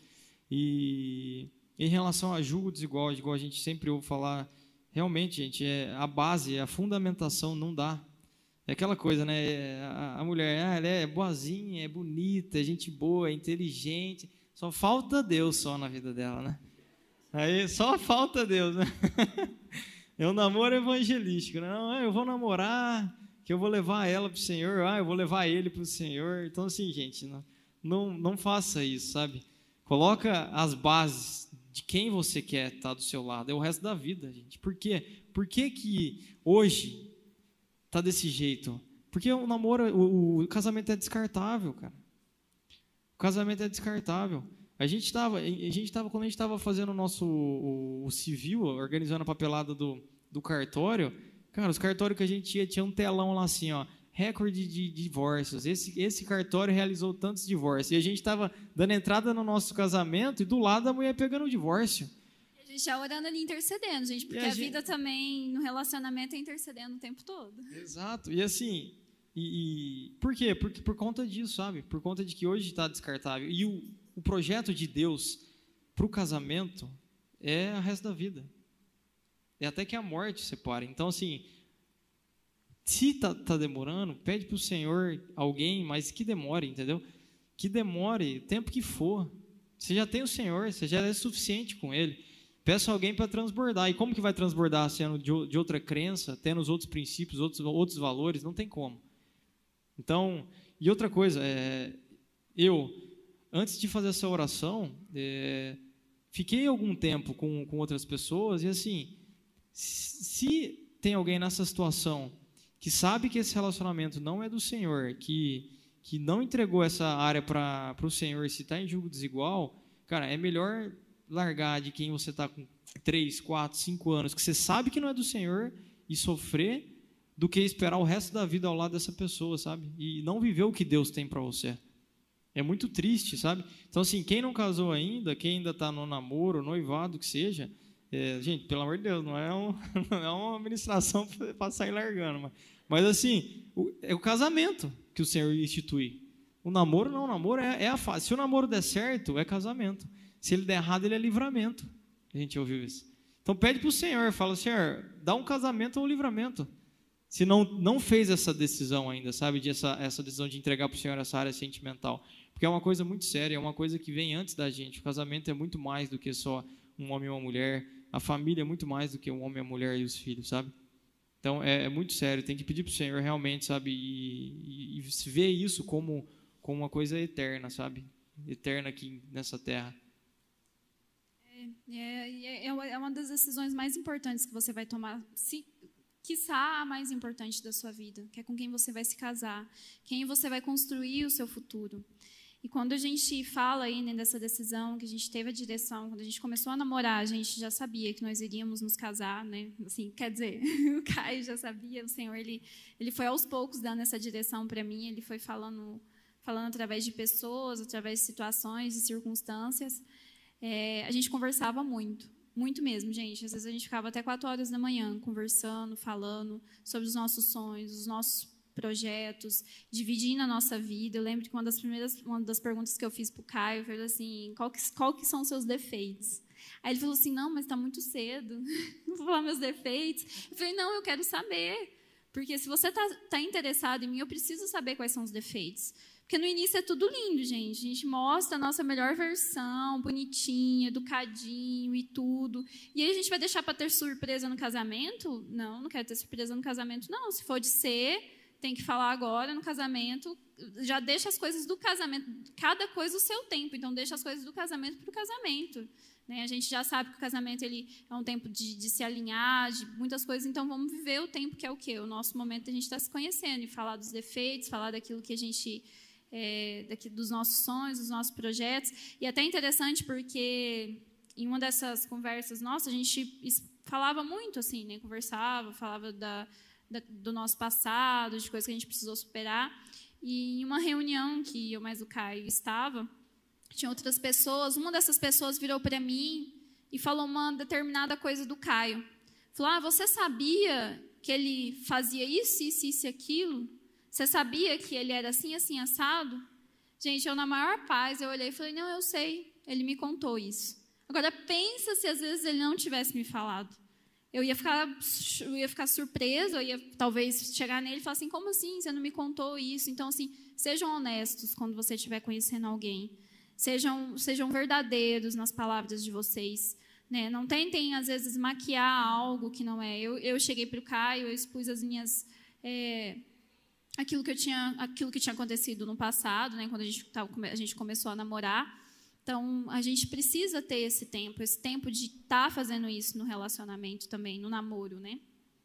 E em relação a julgo desigual, igual a gente sempre ouve falar, realmente, gente, é a base, a fundamentação não dá. É aquela coisa, né, a, a mulher, ah, ela é boazinha, é bonita, é gente boa, é inteligente, só falta Deus só na vida dela, né? Aí só falta Deus, né? É um namoro evangelístico, né? Não, eu vou namorar, que eu vou levar ela para o Senhor, ah, eu vou levar ele para o Senhor. Então, assim, gente, não, não, não faça isso, sabe? Coloca as bases de quem você quer estar do seu lado, é o resto da vida, gente. Por quê? Por que que hoje está desse jeito? Porque o namoro, o, o casamento é descartável, cara. O casamento é descartável. A gente estava, a gente estava quando a gente estava fazendo o nosso o, o civil, organizando a papelada do, do cartório, cara, os cartórios que a gente ia, tinha um telão lá assim, ó, recorde de divórcios. Esse, esse cartório realizou tantos divórcios. E a gente estava dando entrada no nosso casamento e do lado a mulher pegando o divórcio. E a gente já orando ali, intercedendo, gente, porque a, a gente... vida também no relacionamento é intercedendo o tempo todo. Exato. E assim, e, e por quê? Porque por conta disso, sabe? Por conta de que hoje está descartável. E o O projeto de Deus para o casamento é o resto da vida. É até que a morte separe. Então, assim, se está tá demorando, pede para o Senhor alguém, mas que demore, entendeu? Que demore, o tempo que for. Você já tem o Senhor, você já é suficiente com Ele. Peça alguém para transbordar. E como que vai transbordar sendo de, de outra crença, tendo os outros princípios, outros, outros valores? Não tem como. Então, e outra coisa, é, eu... Antes de fazer essa oração, é, fiquei algum tempo com, com outras pessoas e assim, se tem alguém nessa situação que sabe que esse relacionamento não é do Senhor, que, que não entregou essa área para o Senhor, se está em julgo desigual, cara, é melhor largar de quem você está com três, quatro, cinco anos, que você sabe que não é do Senhor e sofrer, do que esperar o resto da vida ao lado dessa pessoa, sabe? E não viver o que Deus tem para você. É muito triste, sabe? Então, assim, quem não casou ainda, quem ainda está no namoro, noivado, que seja, é, gente, pelo amor de Deus, não é, um, não é uma administração para sair largando. Mas, mas assim, o, é o casamento que o Senhor institui. O namoro, não, o namoro é, é a fase. Se o namoro der certo, é casamento. Se ele der errado, ele é livramento. A gente ouviu isso. Então, pede para o Senhor, fala, Senhor, dá um casamento ou um livramento. Se não, não fez essa decisão ainda, sabe? De essa, essa decisão de entregar para o Senhor essa área sentimental. Porque é uma coisa muito séria, é uma coisa que vem antes da gente. O casamento é muito mais do que só um homem e uma mulher. A família é muito mais do que um homem, a mulher e os filhos, sabe? Então, é, é muito sério. Tem que pedir para o Senhor realmente, sabe? E, e, e ver isso como, como uma coisa eterna, sabe? Eterna aqui nessa terra. É, é, é uma das decisões mais importantes que você vai tomar, se, quiçá a mais importante da sua vida, que é com quem você vai se casar, quem você vai construir o seu futuro. E quando a gente fala aí, né, dessa decisão, que a gente teve a direção, quando a gente começou a namorar, a gente já sabia que nós iríamos nos casar, né? Assim, quer dizer, o Caio já sabia, o Senhor, ele, ele foi aos poucos dando essa direção para mim, ele foi falando, falando através de pessoas, através de situações e circunstâncias. É, a gente conversava muito, muito mesmo, gente. Às vezes a gente ficava até quatro horas da manhã conversando, falando sobre os nossos sonhos, os nossos projetos, dividindo a nossa vida. Eu lembro que uma das primeiras, uma das perguntas que eu fiz para o Caio foi assim, qual que, qual que são os seus defeitos? Aí ele falou assim, não, mas está muito cedo, não vou falar meus defeitos. Eu falei, não, eu quero saber, porque se você está tá interessado em mim, eu preciso saber quais são os defeitos. Porque no início é tudo lindo, gente. A gente mostra a nossa melhor versão, bonitinha, educadinho e tudo. E aí a gente vai deixar para ter surpresa no casamento? Não, não quero ter surpresa no casamento, não. Se for de ser, tem que falar agora no casamento. Já deixa as coisas do casamento, cada coisa o seu tempo. Então, deixa as coisas do casamento para o casamento. Né? A gente já sabe que o casamento ele é um tempo de, de se alinhar, de muitas coisas. Então, vamos viver o tempo que é o quê? O nosso momento a gente está se conhecendo e falar dos defeitos, falar daquilo que a gente... É, daqui, dos nossos sonhos, dos nossos projetos. E até interessante porque em uma dessas conversas nossas, a gente falava muito, assim, né? Conversava, falava da, da, do nosso passado, de coisas que a gente precisou superar. E em uma reunião que eu mais o Caio estava, tinha outras pessoas, uma dessas pessoas virou para mim e falou uma determinada coisa do Caio. Falou, ah, você sabia que ele fazia isso, isso, isso e aquilo? Você sabia que ele era assim, assim, assado? Gente, eu na maior paz, eu olhei e falei, não, eu sei, ele me contou isso. Agora, pensa se às vezes ele não tivesse me falado. Eu ia ficar, eu ia ficar surpresa, eu ia talvez chegar nele e falar assim, como assim, você não me contou isso? Então, assim, sejam honestos quando você estiver conhecendo alguém. Sejam, sejam verdadeiros nas palavras de vocês. Né? Não tentem, às vezes, maquiar algo que não é. Eu, eu cheguei para o Caio, eu expus as minhas... É, aquilo que eu tinha, aquilo que tinha acontecido no passado, né, quando a gente, tava, a gente começou a namorar. Então, a gente precisa ter esse tempo, esse tempo de estar tá fazendo isso no relacionamento também, no namoro, né?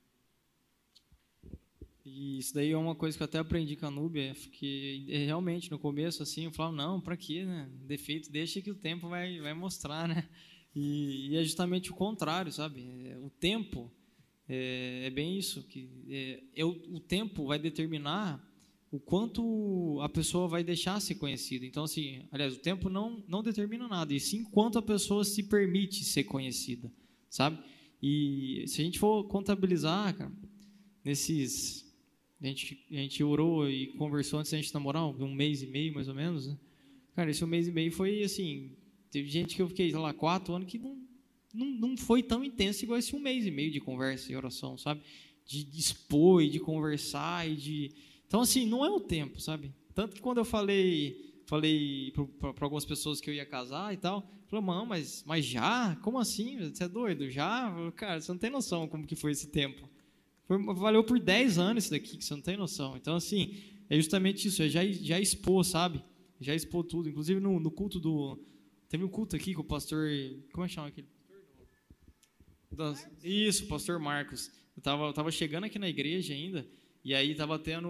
E isso daí é uma coisa que eu até aprendi com a Núbia, que realmente no começo assim eu falava, não, para quê, né? Defeito, deixa que o tempo vai, vai mostrar, né? E, e é justamente o contrário, sabe? O tempo É, é bem isso, que é, é o, o tempo vai determinar o quanto a pessoa vai deixar ser conhecida. Então, assim, aliás, o tempo não, não determina nada, e sim quanto a pessoa se permite ser conhecida, sabe? E se a gente for contabilizar, cara, nesses... A gente, a gente orou e conversou antes da gente namorar, um mês e meio, mais ou menos, né? Cara, esse um mês e meio foi, assim... Teve gente que eu fiquei, sei lá, quatro anos que não... Não, não foi tão intenso igual esse um mês e meio de conversa e oração, sabe? De, de expor e de conversar e de... Então, assim, não é o tempo, sabe? Tanto que quando eu falei, falei para algumas pessoas que eu ia casar e tal, falou, mano, mas, mas já? Como assim? Você é doido? Já? Falei, cara, você não tem noção como que foi esse tempo. Foi, valeu por dez anos isso daqui, que você não tem noção. Então, assim, é justamente isso, é já, já expor, sabe? Já expor tudo. Inclusive, no, no culto do... Teve um culto aqui com o pastor... Como é que chama aquele... Das, isso, pastor Marcos. Eu estava eu tava chegando aqui na igreja ainda, e aí estava tendo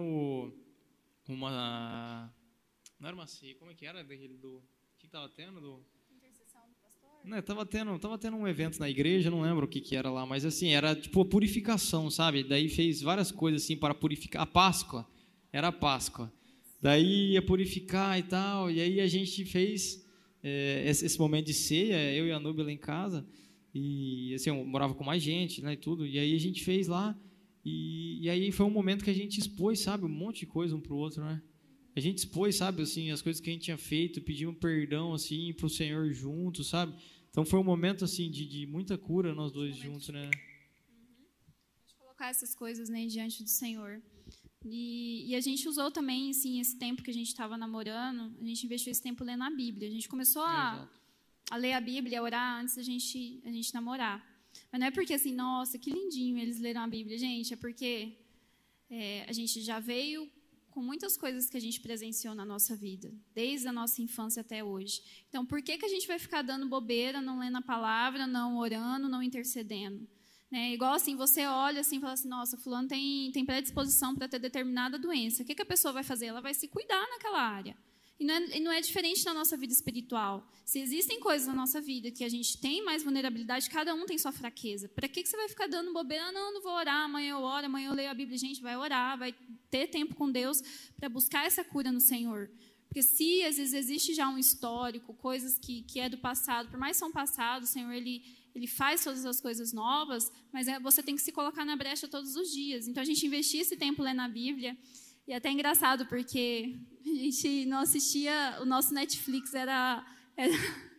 uma... Não era uma ceia, como é que era? Daquele do, o que estava tendo? Do, intercessão do pastor? Não, estava tendo, tava tendo um evento na igreja, não lembro o que, que era lá, mas assim, era tipo a purificação, sabe? Daí fez várias coisas assim para purificar. A Páscoa, era a Páscoa. Daí ia purificar e tal, e aí a gente fez é, esse, esse momento de ceia, eu e a Núbia lá em casa. E assim, eu morava com mais gente, né, e tudo, e aí a gente fez lá, e, e aí foi um momento que a gente expôs, sabe, um monte de coisa um pro outro, né? A gente expôs, sabe, assim, as coisas que a gente tinha feito, pedimos perdão, assim, pro Senhor juntos, sabe? Então foi um momento, assim, de, de muita cura nós dois juntos, né? Uhum. Deixa eu colocar essas coisas, né, diante do Senhor. E, e a gente usou também, assim, esse tempo que a gente estava namorando, a gente investiu esse tempo lendo a Bíblia. A gente começou a... É, a ler a Bíblia, a orar antes da gente, a gente namorar. Mas não é porque assim, nossa, que lindinho eles leram a Bíblia, gente, é porque é, a gente já veio com muitas coisas que a gente presenciou na nossa vida, desde a nossa infância até hoje. Então, por que, que a gente vai ficar dando bobeira, não lendo a palavra, não orando, não intercedendo? Né? Igual assim, você olha assim e fala assim, nossa, fulano tem, tem predisposição para ter determinada doença. O que, que a pessoa vai fazer? Ela vai se cuidar naquela área. E não, é, e não é diferente na nossa vida espiritual. Se existem coisas na nossa vida que a gente tem mais vulnerabilidade, cada um tem sua fraqueza. Para que, que você vai ficar dando bobeira? Ah, não, não vou orar, amanhã eu oro, amanhã eu leio a Bíblia. Gente, vai orar, vai ter tempo com Deus para buscar essa cura no Senhor. Porque se, às vezes, existe já um histórico, coisas que, que é do passado, por mais que são passados, o Senhor, Ele, ele faz todas as coisas novas, mas é, você tem que se colocar na brecha todos os dias. Então, a gente investia esse tempo lendo a Bíblia. E é até engraçado, porque a gente não assistia, o nosso Netflix era... era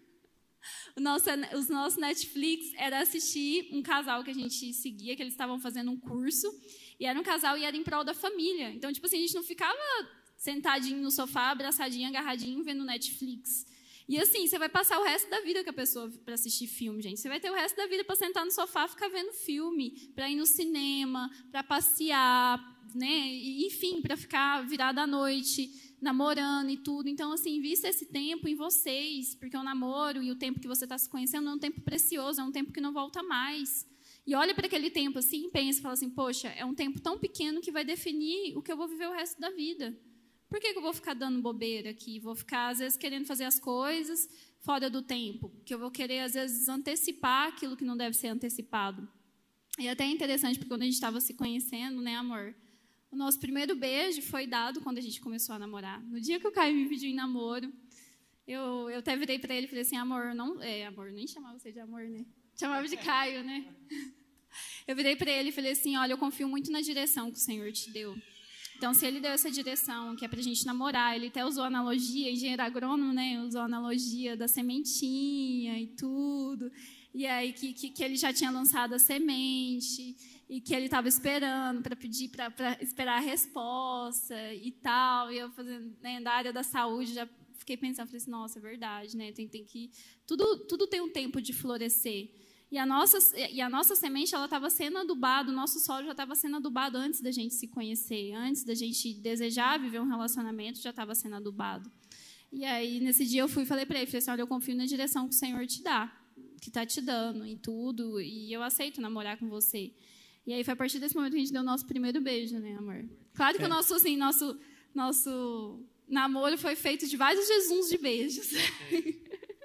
o nosso, os nossos Netflix era assistir um casal que a gente seguia, que eles estavam fazendo um curso, e era um casal e era em prol da família. Então, tipo assim, a gente não ficava sentadinho no sofá, abraçadinho, agarradinho, vendo Netflix. E assim, você vai passar o resto da vida com a pessoa para assistir filme, gente. Você vai ter o resto da vida para sentar no sofá, ficar vendo filme, para ir no cinema, para passear, né? E, enfim, para ficar virada à noite, namorando e tudo. Então, assim, invista esse tempo em vocês, porque o namoro e o tempo que você está se conhecendo é um tempo precioso, é um tempo que não volta mais. E olha para aquele tempo assim, pensa e fala assim, poxa, é um tempo tão pequeno que vai definir o que eu vou viver o resto da vida. Por que, que eu vou ficar dando bobeira aqui? Vou ficar, às vezes, querendo fazer as coisas fora do tempo, que eu vou querer, às vezes, antecipar aquilo que não deve ser antecipado. E até é interessante, porque quando a gente estava se conhecendo, né, amor? O nosso primeiro beijo foi dado quando a gente começou a namorar. No dia que o Caio me pediu em namoro, eu, eu até virei para ele e falei assim, amor, não... É, amor, nem chamava você de amor, né? Chamava de Caio, né? Eu virei para ele e falei assim, olha, eu confio muito na direção que o Senhor te deu. Então, se ele deu essa direção, que é para a gente namorar, ele até usou a analogia, engenheiro agrônomo, né? Usou a analogia da sementinha e tudo. E aí que, que, que ele já tinha lançado a semente e que ele estava esperando para pedir, para esperar a resposta e tal. E eu fazendo, né, da área da saúde, já fiquei pensando, falei assim, nossa, é verdade, né? Tem, tem que tudo, tudo tem um tempo de florescer. E a nossa, e a nossa semente ela estava sendo adubada, o nosso solo já estava sendo adubado antes da gente se conhecer, antes da gente desejar viver um relacionamento, já estava sendo adubado. E aí, nesse dia, eu fui e falei para ele, falei assim, olha, eu confio na direção que o Senhor te dá, que está te dando em tudo, e eu aceito namorar com você. E aí, foi a partir desse momento que a gente deu o nosso primeiro beijo, né, amor? Claro que é. o nosso, assim, nosso, nosso namoro foi feito de vários jejuns de beijos. É.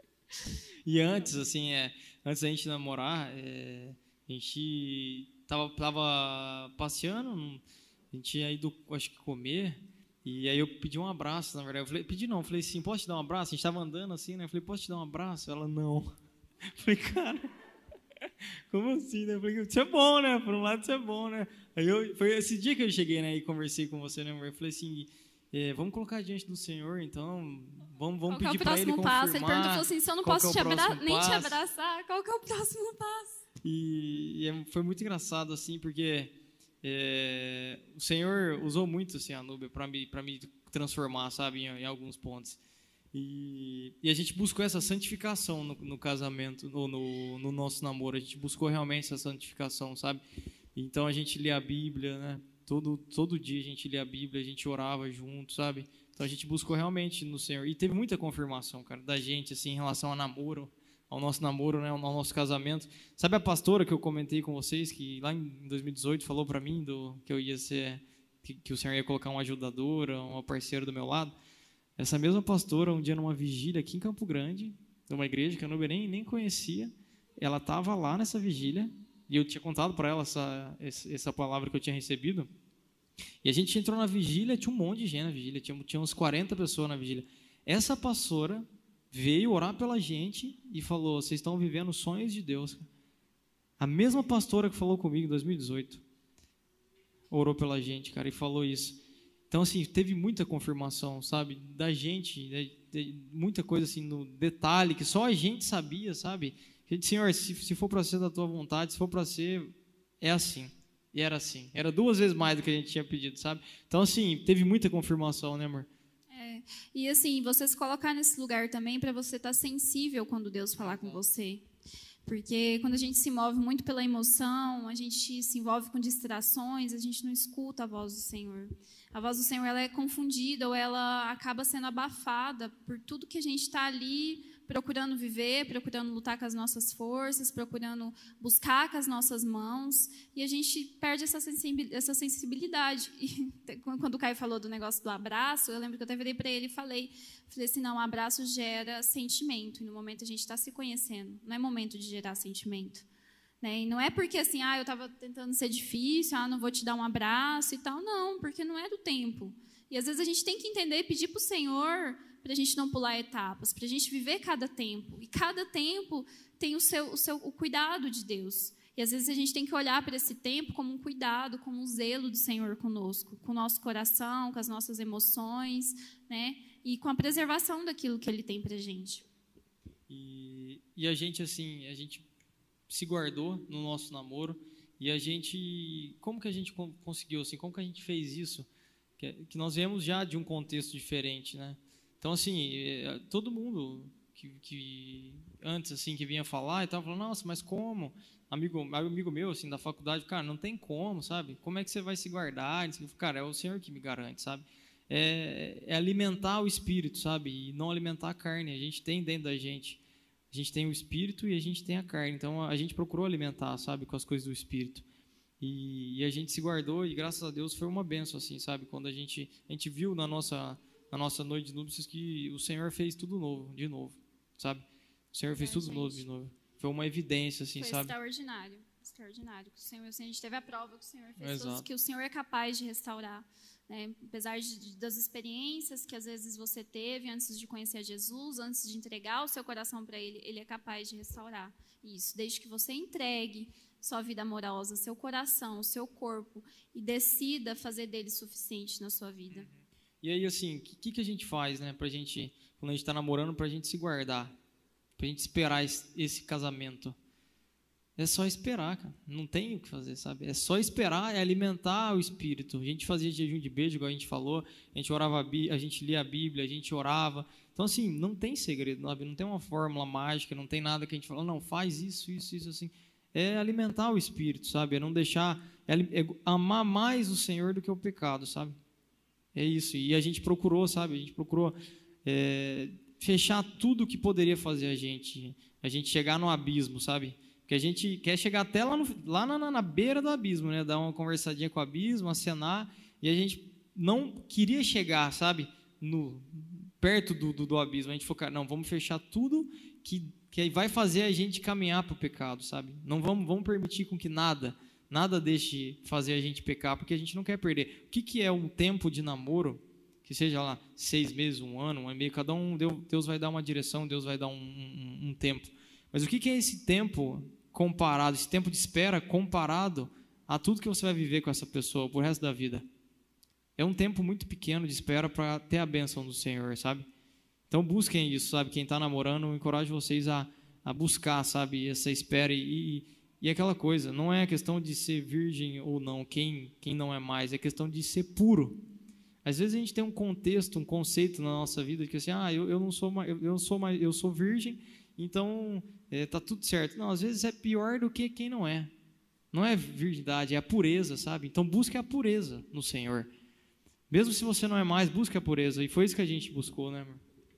E antes, assim, é... Antes da gente namorar, é, a gente tava, tava passeando, a gente ia ido, acho que, comer, e aí eu pedi um abraço, na verdade. Eu falei, pedi não, eu falei assim, posso te dar um abraço? A gente estava andando assim, né? Eu falei, posso te dar um abraço? Ela, não. Eu falei, cara, como assim, né? Eu falei, isso é bom, né? Por um lado, isso é bom, né? Aí eu, foi esse dia que eu cheguei, né, e conversei com você, né, amor? Eu falei assim, é, vamos colocar diante do Senhor, então... Vamos, vamos pedir para ele confirmar. Passo? Ele perguntou assim, se eu não posso é te abra... nem te abraçar, qual que é o próximo passo? E, e foi muito engraçado, assim, porque é, o Senhor usou muito assim, a Núbia para me, para me transformar, sabe, em, em alguns pontos. E, e a gente buscou essa santificação no, no casamento, no, no, no nosso namoro. A gente buscou realmente essa santificação, sabe? Então a gente lia a Bíblia, né? Todo, todo dia a gente lia a Bíblia, a gente orava junto, sabe? Então a gente buscou realmente no Senhor. E teve muita confirmação, cara, da gente, assim, em relação ao namoro, ao nosso namoro, né, ao nosso casamento. Sabe a pastora que eu comentei com vocês, que lá em dois mil e dezoito falou para mim do, que eu ia ser, que, que o Senhor ia colocar uma ajudadora, uma parceira do meu lado? Essa mesma pastora, um dia numa vigília aqui em Campo Grande, numa igreja que eu não, nem, nem conhecia, ela estava lá nessa vigília, e eu tinha contado para ela essa, essa palavra que eu tinha recebido. E a gente entrou na vigília, tinha um monte de gente na vigília, tinha, tinha uns quarenta pessoas na vigília. Essa pastora veio orar pela gente e falou, vocês estão vivendo sonhos de Deus. A mesma pastora que falou comigo em dois mil e dezoito, orou pela gente, cara, e falou isso. Então, assim, teve muita confirmação, sabe, da gente, de, de, muita coisa, assim, no detalhe, que só a gente sabia, sabe? A gente, Senhor, se, se for para ser da tua vontade, se for para ser, é assim. E era assim, era duas vezes mais do que a gente tinha pedido, sabe? Então, assim, teve muita confirmação, né, amor? É, e assim, você se colocar nesse lugar também para você estar sensível quando Deus falar com você. Porque quando a gente se move muito pela emoção, a gente se envolve com distrações, a gente não escuta a voz do Senhor. A voz do Senhor ela é confundida ou ela acaba sendo abafada por tudo que a gente está ali procurando viver, procurando lutar com as nossas forças, procurando buscar com as nossas mãos, e a gente perde essa sensibilidade. E quando o Caio falou do negócio do abraço, eu lembro que eu até virei para ele e falei, falei assim, não, o abraço gera sentimento, e no momento a gente está se conhecendo, não é momento de gerar sentimento. Né? E não é porque assim, ah, eu estava tentando ser difícil, ah, não vou te dar um abraço e tal, não, porque não é do tempo. E às vezes a gente tem que entender e pedir para o Senhor para a gente não pular etapas, para a gente viver cada tempo. E cada tempo tem o seu, o seu o cuidado de Deus. E às vezes a gente tem que olhar para esse tempo como um cuidado, como um zelo do Senhor conosco, com o nosso coração, com as nossas emoções, né? E com a preservação daquilo que Ele tem para a gente. E, e a gente, assim, a gente se guardou no nosso namoro, e a gente, como que a gente conseguiu, assim, como que a gente fez isso? que, que nós viemos já de um contexto diferente, né? Então, assim, todo mundo que, que antes, assim, que vinha falar e tava falando, nossa, mas como? Amigo, amigo meu, assim, da faculdade, cara, não tem como, sabe? Como é que você vai se guardar? Cara, é o Senhor que me garante, sabe? É, é alimentar o espírito, sabe? E não alimentar a carne. A gente tem dentro da gente. A gente tem o espírito e a gente tem a carne. Então, a gente procurou alimentar, sabe? Com as coisas do espírito. E, e a gente se guardou e, graças a Deus, foi uma bênção, assim, sabe? Quando a gente, a gente viu na nossa, na nossa noite de núpcias que o Senhor fez tudo novo, de novo, sabe? O Senhor fez é, tudo gente. novo de novo. Foi uma evidência, assim, foi sabe? extraordinário. Extraordinário. O Senhor, assim, a gente teve a prova que o Senhor fez, Exato. Todos, que o Senhor é capaz de restaurar. Né? Apesar de, das experiências que às vezes você teve antes de conhecer Jesus, antes de entregar o seu coração para Ele, Ele é capaz de restaurar isso, desde que você entregue sua vida amorosa, seu coração, seu corpo e decida fazer dele suficiente na sua vida. Uhum. E aí, assim, o que, que a gente faz, né, pra gente, quando a gente está namorando, pra gente se guardar, pra gente esperar esse, esse casamento? É só esperar, cara. Não tem o que fazer, sabe? É só esperar, é alimentar o espírito. A gente fazia jejum de beijo, igual a gente falou, a gente orava, a gente lia a Bíblia, a gente orava. Então, assim, não tem segredo, sabe? Não tem uma fórmula mágica, não tem nada que a gente fala, não, faz isso, isso, isso, assim. É alimentar o espírito, sabe? É não deixar, é, é amar mais o Senhor do que o pecado, sabe? É isso. E a gente procurou, sabe? A gente procurou é, fechar tudo que poderia fazer a gente, a gente chegar no abismo, sabe? Porque a gente quer chegar até lá, no, lá na, na beira do abismo, né? Dar uma conversadinha com o abismo, acenar, e a gente não queria chegar, sabe? No, perto do, do, do abismo. A gente falou, cara, não, vamos fechar tudo que, que vai fazer a gente caminhar para o pecado, sabe? Não vamos, vamos permitir com que nada, nada deixe fazer a gente pecar, porque a gente não quer perder. O que, que é um tempo de namoro, que seja lá seis meses, um ano, um ano e meio, cada um, Deus vai dar uma direção, Deus vai dar um, um, um tempo. Mas o que, que é esse tempo comparado, esse tempo de espera comparado a tudo que você vai viver com essa pessoa por resto da vida? É um tempo muito pequeno de espera para ter a bênção do Senhor, sabe? Então busquem isso, sabe? Quem está namorando, eu encorajo vocês a, a buscar, sabe? Essa espera e, e, e aquela coisa, não é questão de ser virgem ou não, quem, quem não é mais, é questão de ser puro. Às vezes a gente tem um contexto, um conceito na nossa vida de que assim, ah, eu, eu não sou mais, eu, eu sou mais, eu sou virgem, então é, tá tudo certo. Não, às vezes é pior do que quem não é. Não é virgindade, é a pureza, sabe? Então busque a pureza no Senhor. Mesmo se você não é mais, busque a pureza. E foi isso que a gente buscou, né, amor?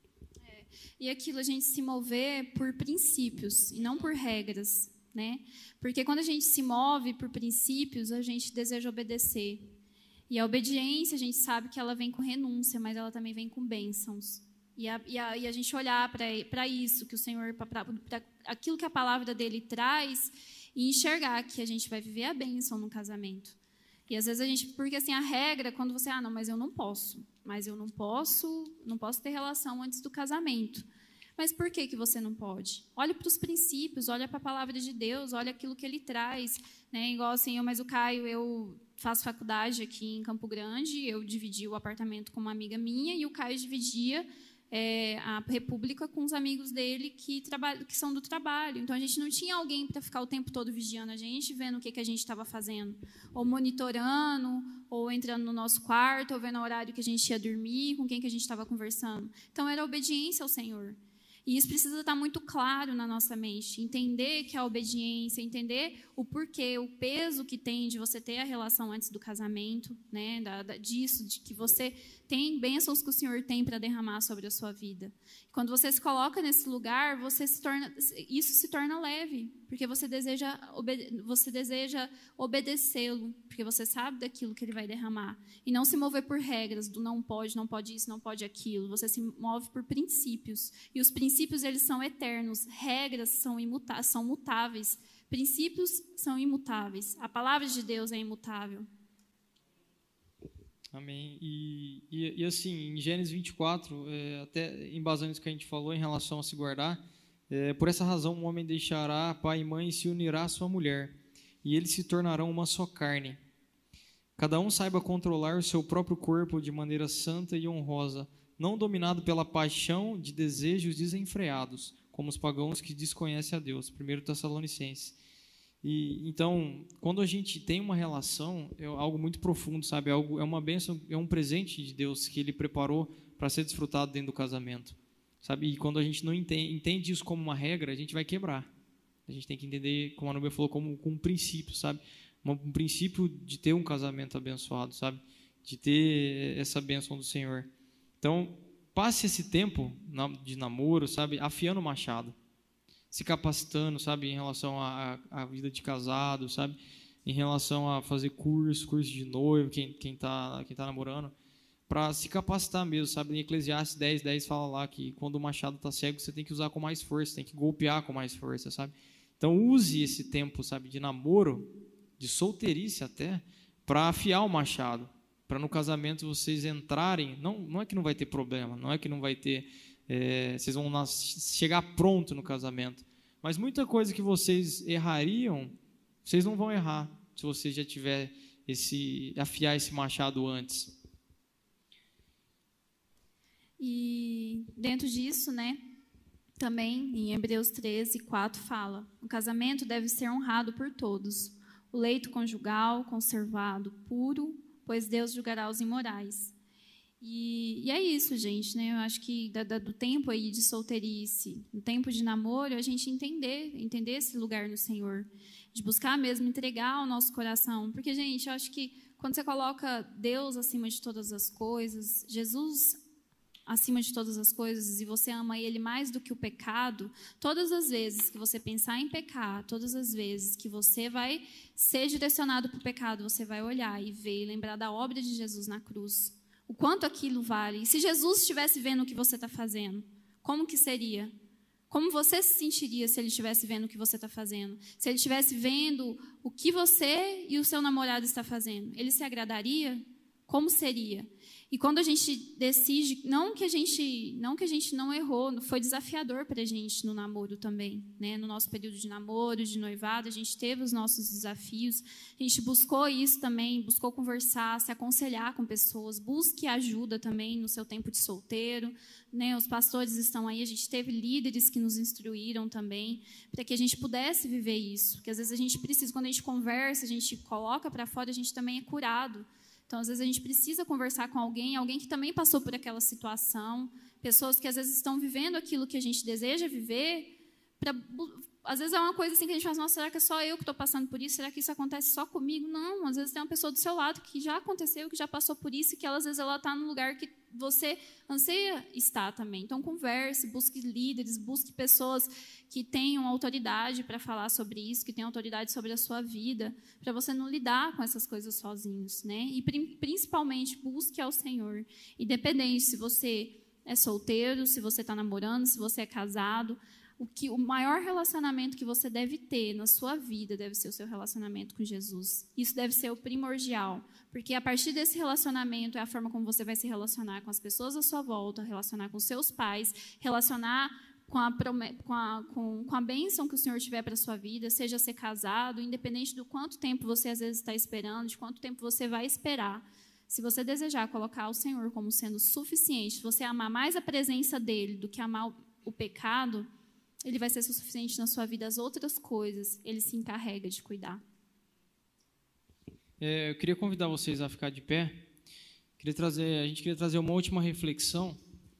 É, e aquilo, a gente se mover por princípios e não por regras, né? Porque quando a gente se move por princípios, a gente deseja obedecer. E a obediência, a gente sabe que ela vem com renúncia, mas ela também vem com bênçãos. E a, e a, e a gente olhar para isso, que o Senhor, para aquilo que a palavra dele traz, e enxergar que a gente vai viver a bênção no casamento. E às vezes a gente, porque assim, a regra, quando você, ah, não, mas eu não posso, mas eu não posso, não posso ter relação antes do casamento. Mas por que que você não pode? Olha para os princípios, olha para a palavra de Deus, olha aquilo que ele traz, né? Igual assim, eu, mas o Caio, eu faço faculdade aqui em Campo Grande, eu dividi o apartamento com uma amiga minha e o Caio dividia é, a República com os amigos dele que, trabalham, que são do trabalho. Então, a gente não tinha alguém para ficar o tempo todo vigiando a gente, vendo o que, que a gente estava fazendo, ou monitorando, ou entrando no nosso quarto, ou vendo o horário que a gente ia dormir, com quem que a gente estava conversando. Então, era obediência ao Senhor. E isso precisa estar muito claro na nossa mente, entender que a obediência, entender o porquê, o peso que tem de você ter a relação antes do casamento, né, da, da, disso, de que você tem bênçãos que o Senhor tem para derramar sobre a sua vida. Quando você se coloca nesse lugar, você se torna, isso se torna leve, porque você deseja, obede, você deseja obedecê-lo, porque você sabe daquilo que ele vai derramar. E não se mover por regras do não pode, não pode isso, não pode aquilo. Você se move por princípios. E os princípios, eles são eternos. Regras são, imuta, são mutáveis. Princípios são imutáveis. A palavra de Deus é imutável. Amém. E, e, e assim, em Gênesis vinte e quatro, é, até embasando isso que a gente falou em relação a se guardar, é, por essa razão o homem deixará pai e mãe e se unirá à sua mulher, e eles se tornarão uma só carne. Cada um saiba controlar o seu próprio corpo de maneira santa e honrosa, não dominado pela paixão de desejos desenfreados, como os pagãos que desconhecem a Deus. primeiro Tessalonicenses. E então, quando a gente tem uma relação, é algo muito profundo, sabe? É, algo, é uma bênção, é um presente de Deus que Ele preparou para ser desfrutado dentro do casamento, sabe? E quando a gente não entende, entende isso como uma regra, a gente vai quebrar. A gente tem que entender, como a Nubia falou, como, como um princípio, sabe? Um, um princípio de ter um casamento abençoado, sabe? De ter essa bênção do Senhor. Então, passe esse tempo de namoro, sabe? Afiando o machado, se capacitando, sabe? Em relação à, à vida de casado, sabe? Em relação a fazer curso, curso de noivo, quem quem está quem tá namorando, para se capacitar mesmo, sabe? Em Eclesiastes dez, dez fala lá que quando o machado está cego, você tem que usar com mais força, tem que golpear com mais força, sabe? Então, use esse tempo, sabe, de namoro, de solteirice até, para afiar o machado, para no casamento vocês entrarem, não, não é que não vai ter problema, não é que não vai ter, é, vocês vão nas, chegar pronto no casamento, mas muita coisa que vocês errariam, vocês não vão errar, se você já tiver esse, afiar esse machado antes. E dentro disso, né, também em Hebreus treze, quatro fala: o casamento deve ser honrado por todos, o leito conjugal conservado puro, pois Deus julgará os imorais. E, e é isso, gente, né? Eu acho que da, da, do tempo aí de solteirice, do tempo de namoro, a gente entender, entender esse lugar no Senhor, de buscar mesmo entregar o nosso coração, porque, gente, eu acho que quando você coloca Deus acima de todas as coisas, Jesus acima de todas as coisas, e você ama Ele mais do que o pecado, todas as vezes que você pensar em pecar, todas as vezes que você vai ser direcionado para o pecado, você vai olhar e ver e lembrar da obra de Jesus na cruz, o quanto aquilo vale. E se Jesus estivesse vendo o que você está fazendo, como que seria? Como você se sentiria se Ele estivesse vendo o que você está fazendo? Se Ele estivesse vendo o que você e o seu namorado está fazendo, Ele se agradaria? Como seria? E quando a gente decide, não que a gente não, que a gente não errou, foi desafiador para a gente no namoro também, né? No nosso período de namoro, de noivado, a gente teve os nossos desafios, a gente buscou isso também, buscou conversar, se aconselhar com pessoas, busque ajuda também no seu tempo de solteiro, né? Os pastores estão aí, a gente teve líderes que nos instruíram também, para que a gente pudesse viver isso, porque às vezes a gente precisa, quando a gente conversa, a gente coloca para fora, a gente também é curado. Então, às vezes, a gente precisa conversar com alguém, alguém que também passou por aquela situação, pessoas que, às vezes, estão vivendo aquilo que a gente deseja viver. Pra, às vezes, é uma coisa assim que a gente fala, nossa, será que é só eu que estou passando por isso? Será que isso acontece só comigo? Não, às vezes, tem uma pessoa do seu lado que já aconteceu, que já passou por isso, e que, ela, às vezes, ela está no lugar que você anseia estar também. Então, converse, busque líderes, busque pessoas que tenham autoridade para falar sobre isso, que tenham autoridade sobre a sua vida, para você não lidar com essas coisas sozinhos, né? E principalmente busque ao Senhor, independente se você é solteiro, se você está namorando, se você é casado, o que o maior relacionamento que você deve ter na sua vida deve ser o seu relacionamento com Jesus. Isso deve ser o primordial, porque a partir desse relacionamento é a forma como você vai se relacionar com as pessoas à sua volta, relacionar com seus pais, relacionar com a, com a, com, com a bênção que o Senhor tiver para a sua vida, seja ser casado, independente do quanto tempo você às vezes está esperando, de quanto tempo você vai esperar. Se você desejar colocar o Senhor como sendo suficiente, se você amar mais a presença dEle do que amar o, o pecado, Ele vai ser suficiente na sua vida. As outras coisas, Ele se encarrega de cuidar. É, eu queria convidar vocês a ficar de pé. Queria trazer, a gente queria trazer uma última reflexão.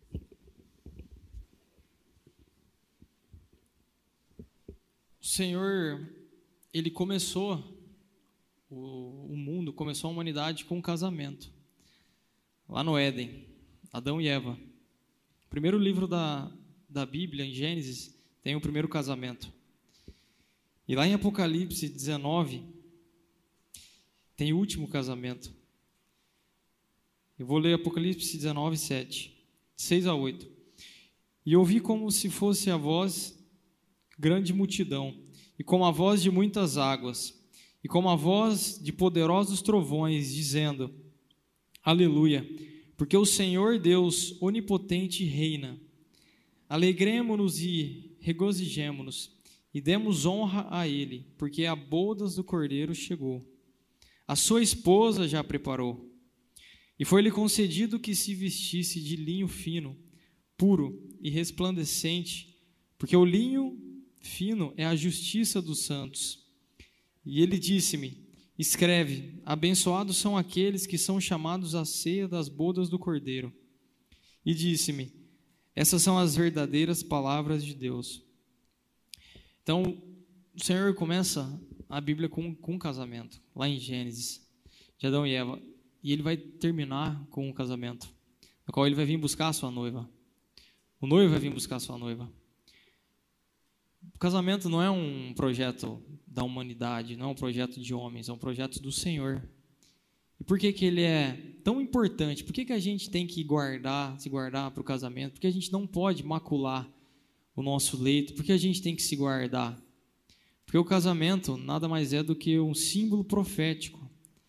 O Senhor, Ele começou o, o mundo, começou a humanidade com um casamento. Lá no Éden, Adão e Eva. O primeiro livro da, da Bíblia, em Gênesis, tem o primeiro casamento. E lá em Apocalipse dezenove, tem o último casamento. Eu vou ler Apocalipse dezenove, sete, seis a oito. E ouvi como se fosse a voz grande multidão, e como a voz de muitas águas, e como a voz de poderosos trovões, dizendo: Aleluia, porque o Senhor Deus onipotente reina. Alegremo-nos e regozijemo-nos, e demos honra a Ele, porque a bodas do Cordeiro chegou. A sua esposa já preparou, e foi-lhe concedido que se vestisse de linho fino, puro e resplandecente, porque o linho fino é a justiça dos santos. E ele disse-me: escreve, abençoados são aqueles que são chamados à ceia das bodas do Cordeiro. E disse-me: essas são as verdadeiras palavras de Deus. Então, o Senhor começa a Bíblia com, com um casamento, lá em Gênesis, de Adão e Eva. E ele vai terminar com um casamento, no qual ele vai vir buscar a sua noiva. O noivo vai vir buscar a sua noiva. O casamento não é um projeto da humanidade, não é um projeto de homens, é um projeto do Senhor. E por que que ele é tão importante? Por que que a gente tem que guardar, se guardar para o casamento? Porque a gente não pode macular o nosso leito. Por que a gente tem que se guardar? Porque o casamento nada mais é do que um símbolo profético.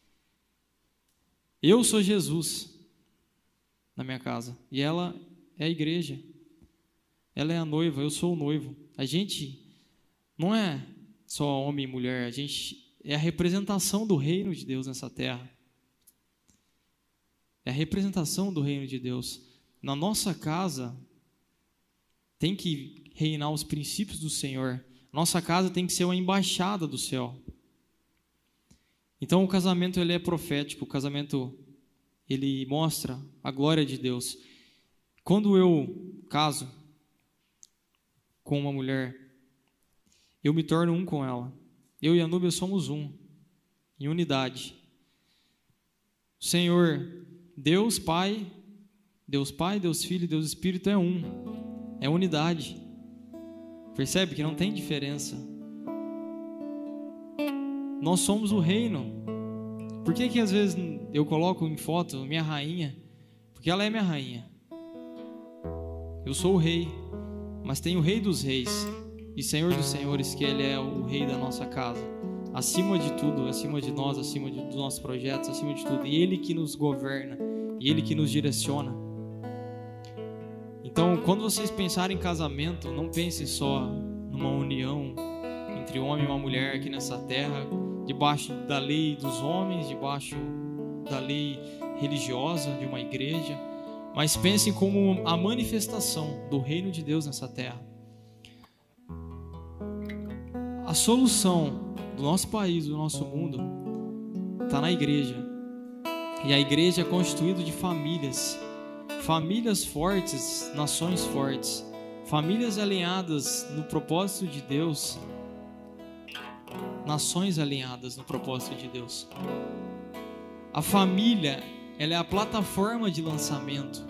Eu sou Jesus na minha casa e ela é a igreja. Ela é a noiva, eu sou o noivo. A gente não é só homem e mulher, a gente é a representação do reino de Deus nessa terra. É a representação do reino de Deus. Na nossa casa tem que reinar os princípios do Senhor. Nossa casa tem que ser uma embaixada do céu. Então o casamento ele é profético, o casamento ele mostra a glória de Deus. Quando eu caso com uma mulher, eu me torno um com ela. Eu e a Núbia somos um, em unidade. O Senhor, Deus Pai, Deus Pai, Deus Filho e Deus Espírito é um, é unidade. Percebe que não tem diferença. Nós somos o reino. Por que que às vezes eu coloco em foto minha rainha? Porque ela é minha rainha. Eu sou o rei, mas tem o rei dos reis e Senhor dos senhores, que ele é o rei da nossa casa. Acima de tudo, acima de nós, acima de, dos nossos projetos, acima de tudo. E ele que nos governa, e ele que nos direciona. Então, quando vocês pensarem em casamento, não pensem só numa união entre um homem e uma mulher aqui nessa terra, debaixo da lei dos homens, debaixo da lei religiosa de uma igreja, mas pensem como a manifestação do reino de Deus nessa terra. A solução do nosso país, do nosso mundo, está na igreja. E a igreja é constituída de famílias. Famílias fortes, nações fortes. Famílias alinhadas no propósito de Deus. Nações alinhadas no propósito de Deus. A família, ela é a plataforma de lançamento.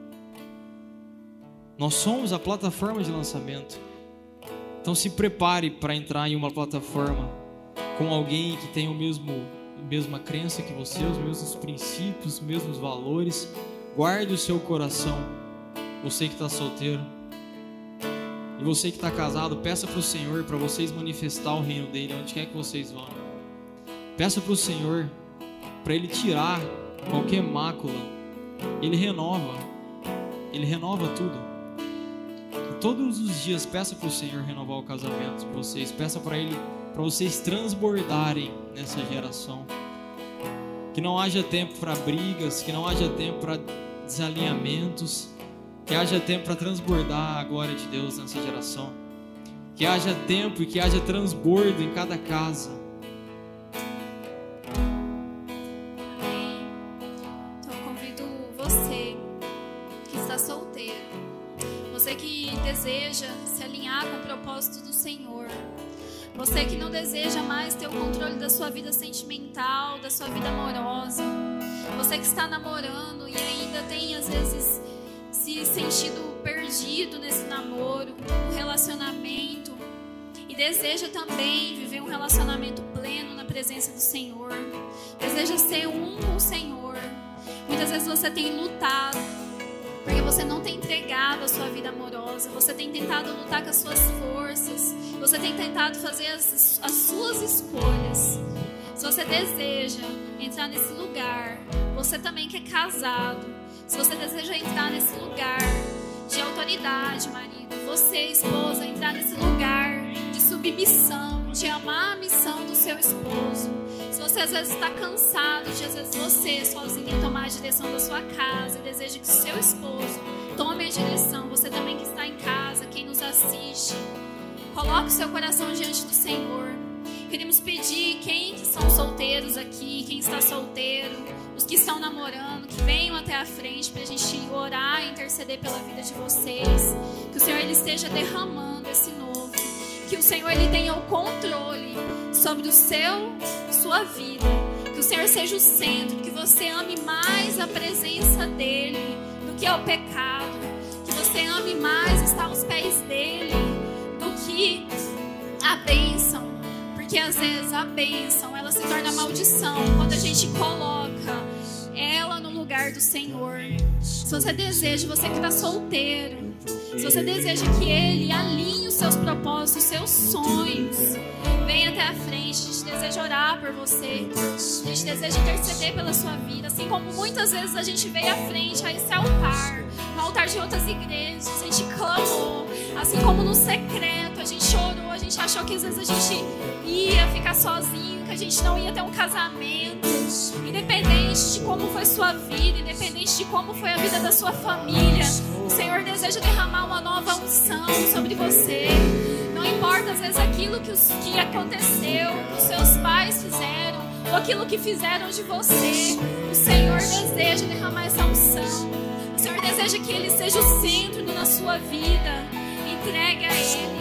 Nós somos a plataforma de lançamento. Então se prepare para entrar em uma plataforma com alguém que tem o mesmo, a mesma crença que você, os mesmos princípios, os mesmos valores. Guarde o seu coração. Você que está solteiro e você que está casado, peça para o Senhor para vocês manifestar o reino dele onde quer que vocês vão. Peça para o Senhor para ele tirar qualquer mácula. Ele renova. Ele renova tudo. E todos os dias peça para o Senhor renovar o casamento de vocês. Peça para ele, para vocês transbordarem nessa geração. Que não haja tempo para brigas, que não haja tempo para desalinhamentos, que haja tempo para transbordar a glória de Deus nessa geração. Que haja tempo e que haja transbordo em cada casa. Amém. Então eu convido você que está solteiro, você que deseja se alinhar com o propósito do Senhor, você que não deseja mais ter o controle da sua vida sentimental, da sua vida amorosa, você que está namorando e ainda tem às vezes se sentido perdido nesse namoro, no relacionamento, e deseja também viver um relacionamento pleno na presença do Senhor, deseja ser um com o Senhor. Muitas vezes você tem lutado porque você não tem entregado a sua vida amorosa, você tem tentado lutar com as suas forças, você tem tentado fazer as, as suas escolhas. Se você deseja entrar nesse lugar, você também que é casado, se você deseja entrar nesse lugar de autoridade, marido, você, esposa, entrar nesse lugar de submissão, de amar a missão do seu esposo. Se você às vezes está cansado de às vezes você sozinha tomar a direção da sua casa e deseja que o seu esposo tome a direção, você também que está em casa, quem nos assiste, coloque o seu coração diante do Senhor Queremos pedir quem que são solteiros aqui, quem está solteiro, os que estão namorando, que venham até a frente para a gente orar e interceder pela vida de vocês. Que o Senhor ele esteja derramando esse novo. Que o Senhor ele tenha o controle sobre o seu, sua vida. Que o Senhor seja o centro, que você ame mais a presença dEle do que o pecado. Que você ame mais estar aos pés dEle do que a bênção. Porque às vezes a bênção, ela se torna maldição quando a gente coloca ela no lugar do Senhor. Se você deseja, você que está solteiro, se você deseja que Ele alinhe os seus propósitos, os seus sonhos, venha até a frente. A gente deseja orar por você, a gente deseja interceder pela sua vida. Assim como muitas vezes a gente veio à frente a esse altar, no altar de outras igrejas, a gente clamou. Assim como no secreto a gente orou, a gente achou que às vezes a gente ia ficar sozinho, que a gente não ia ter um casamento. Independente de como foi sua vida, independente de como foi a vida da sua família, o Senhor deseja derramar uma nova unção sobre você. Não importa às vezes aquilo que, os, que aconteceu, que os seus pais fizeram, ou aquilo que fizeram de você, o Senhor deseja derramar essa unção. O Senhor deseja que Ele seja o centro na sua vida. Entregue a Ele.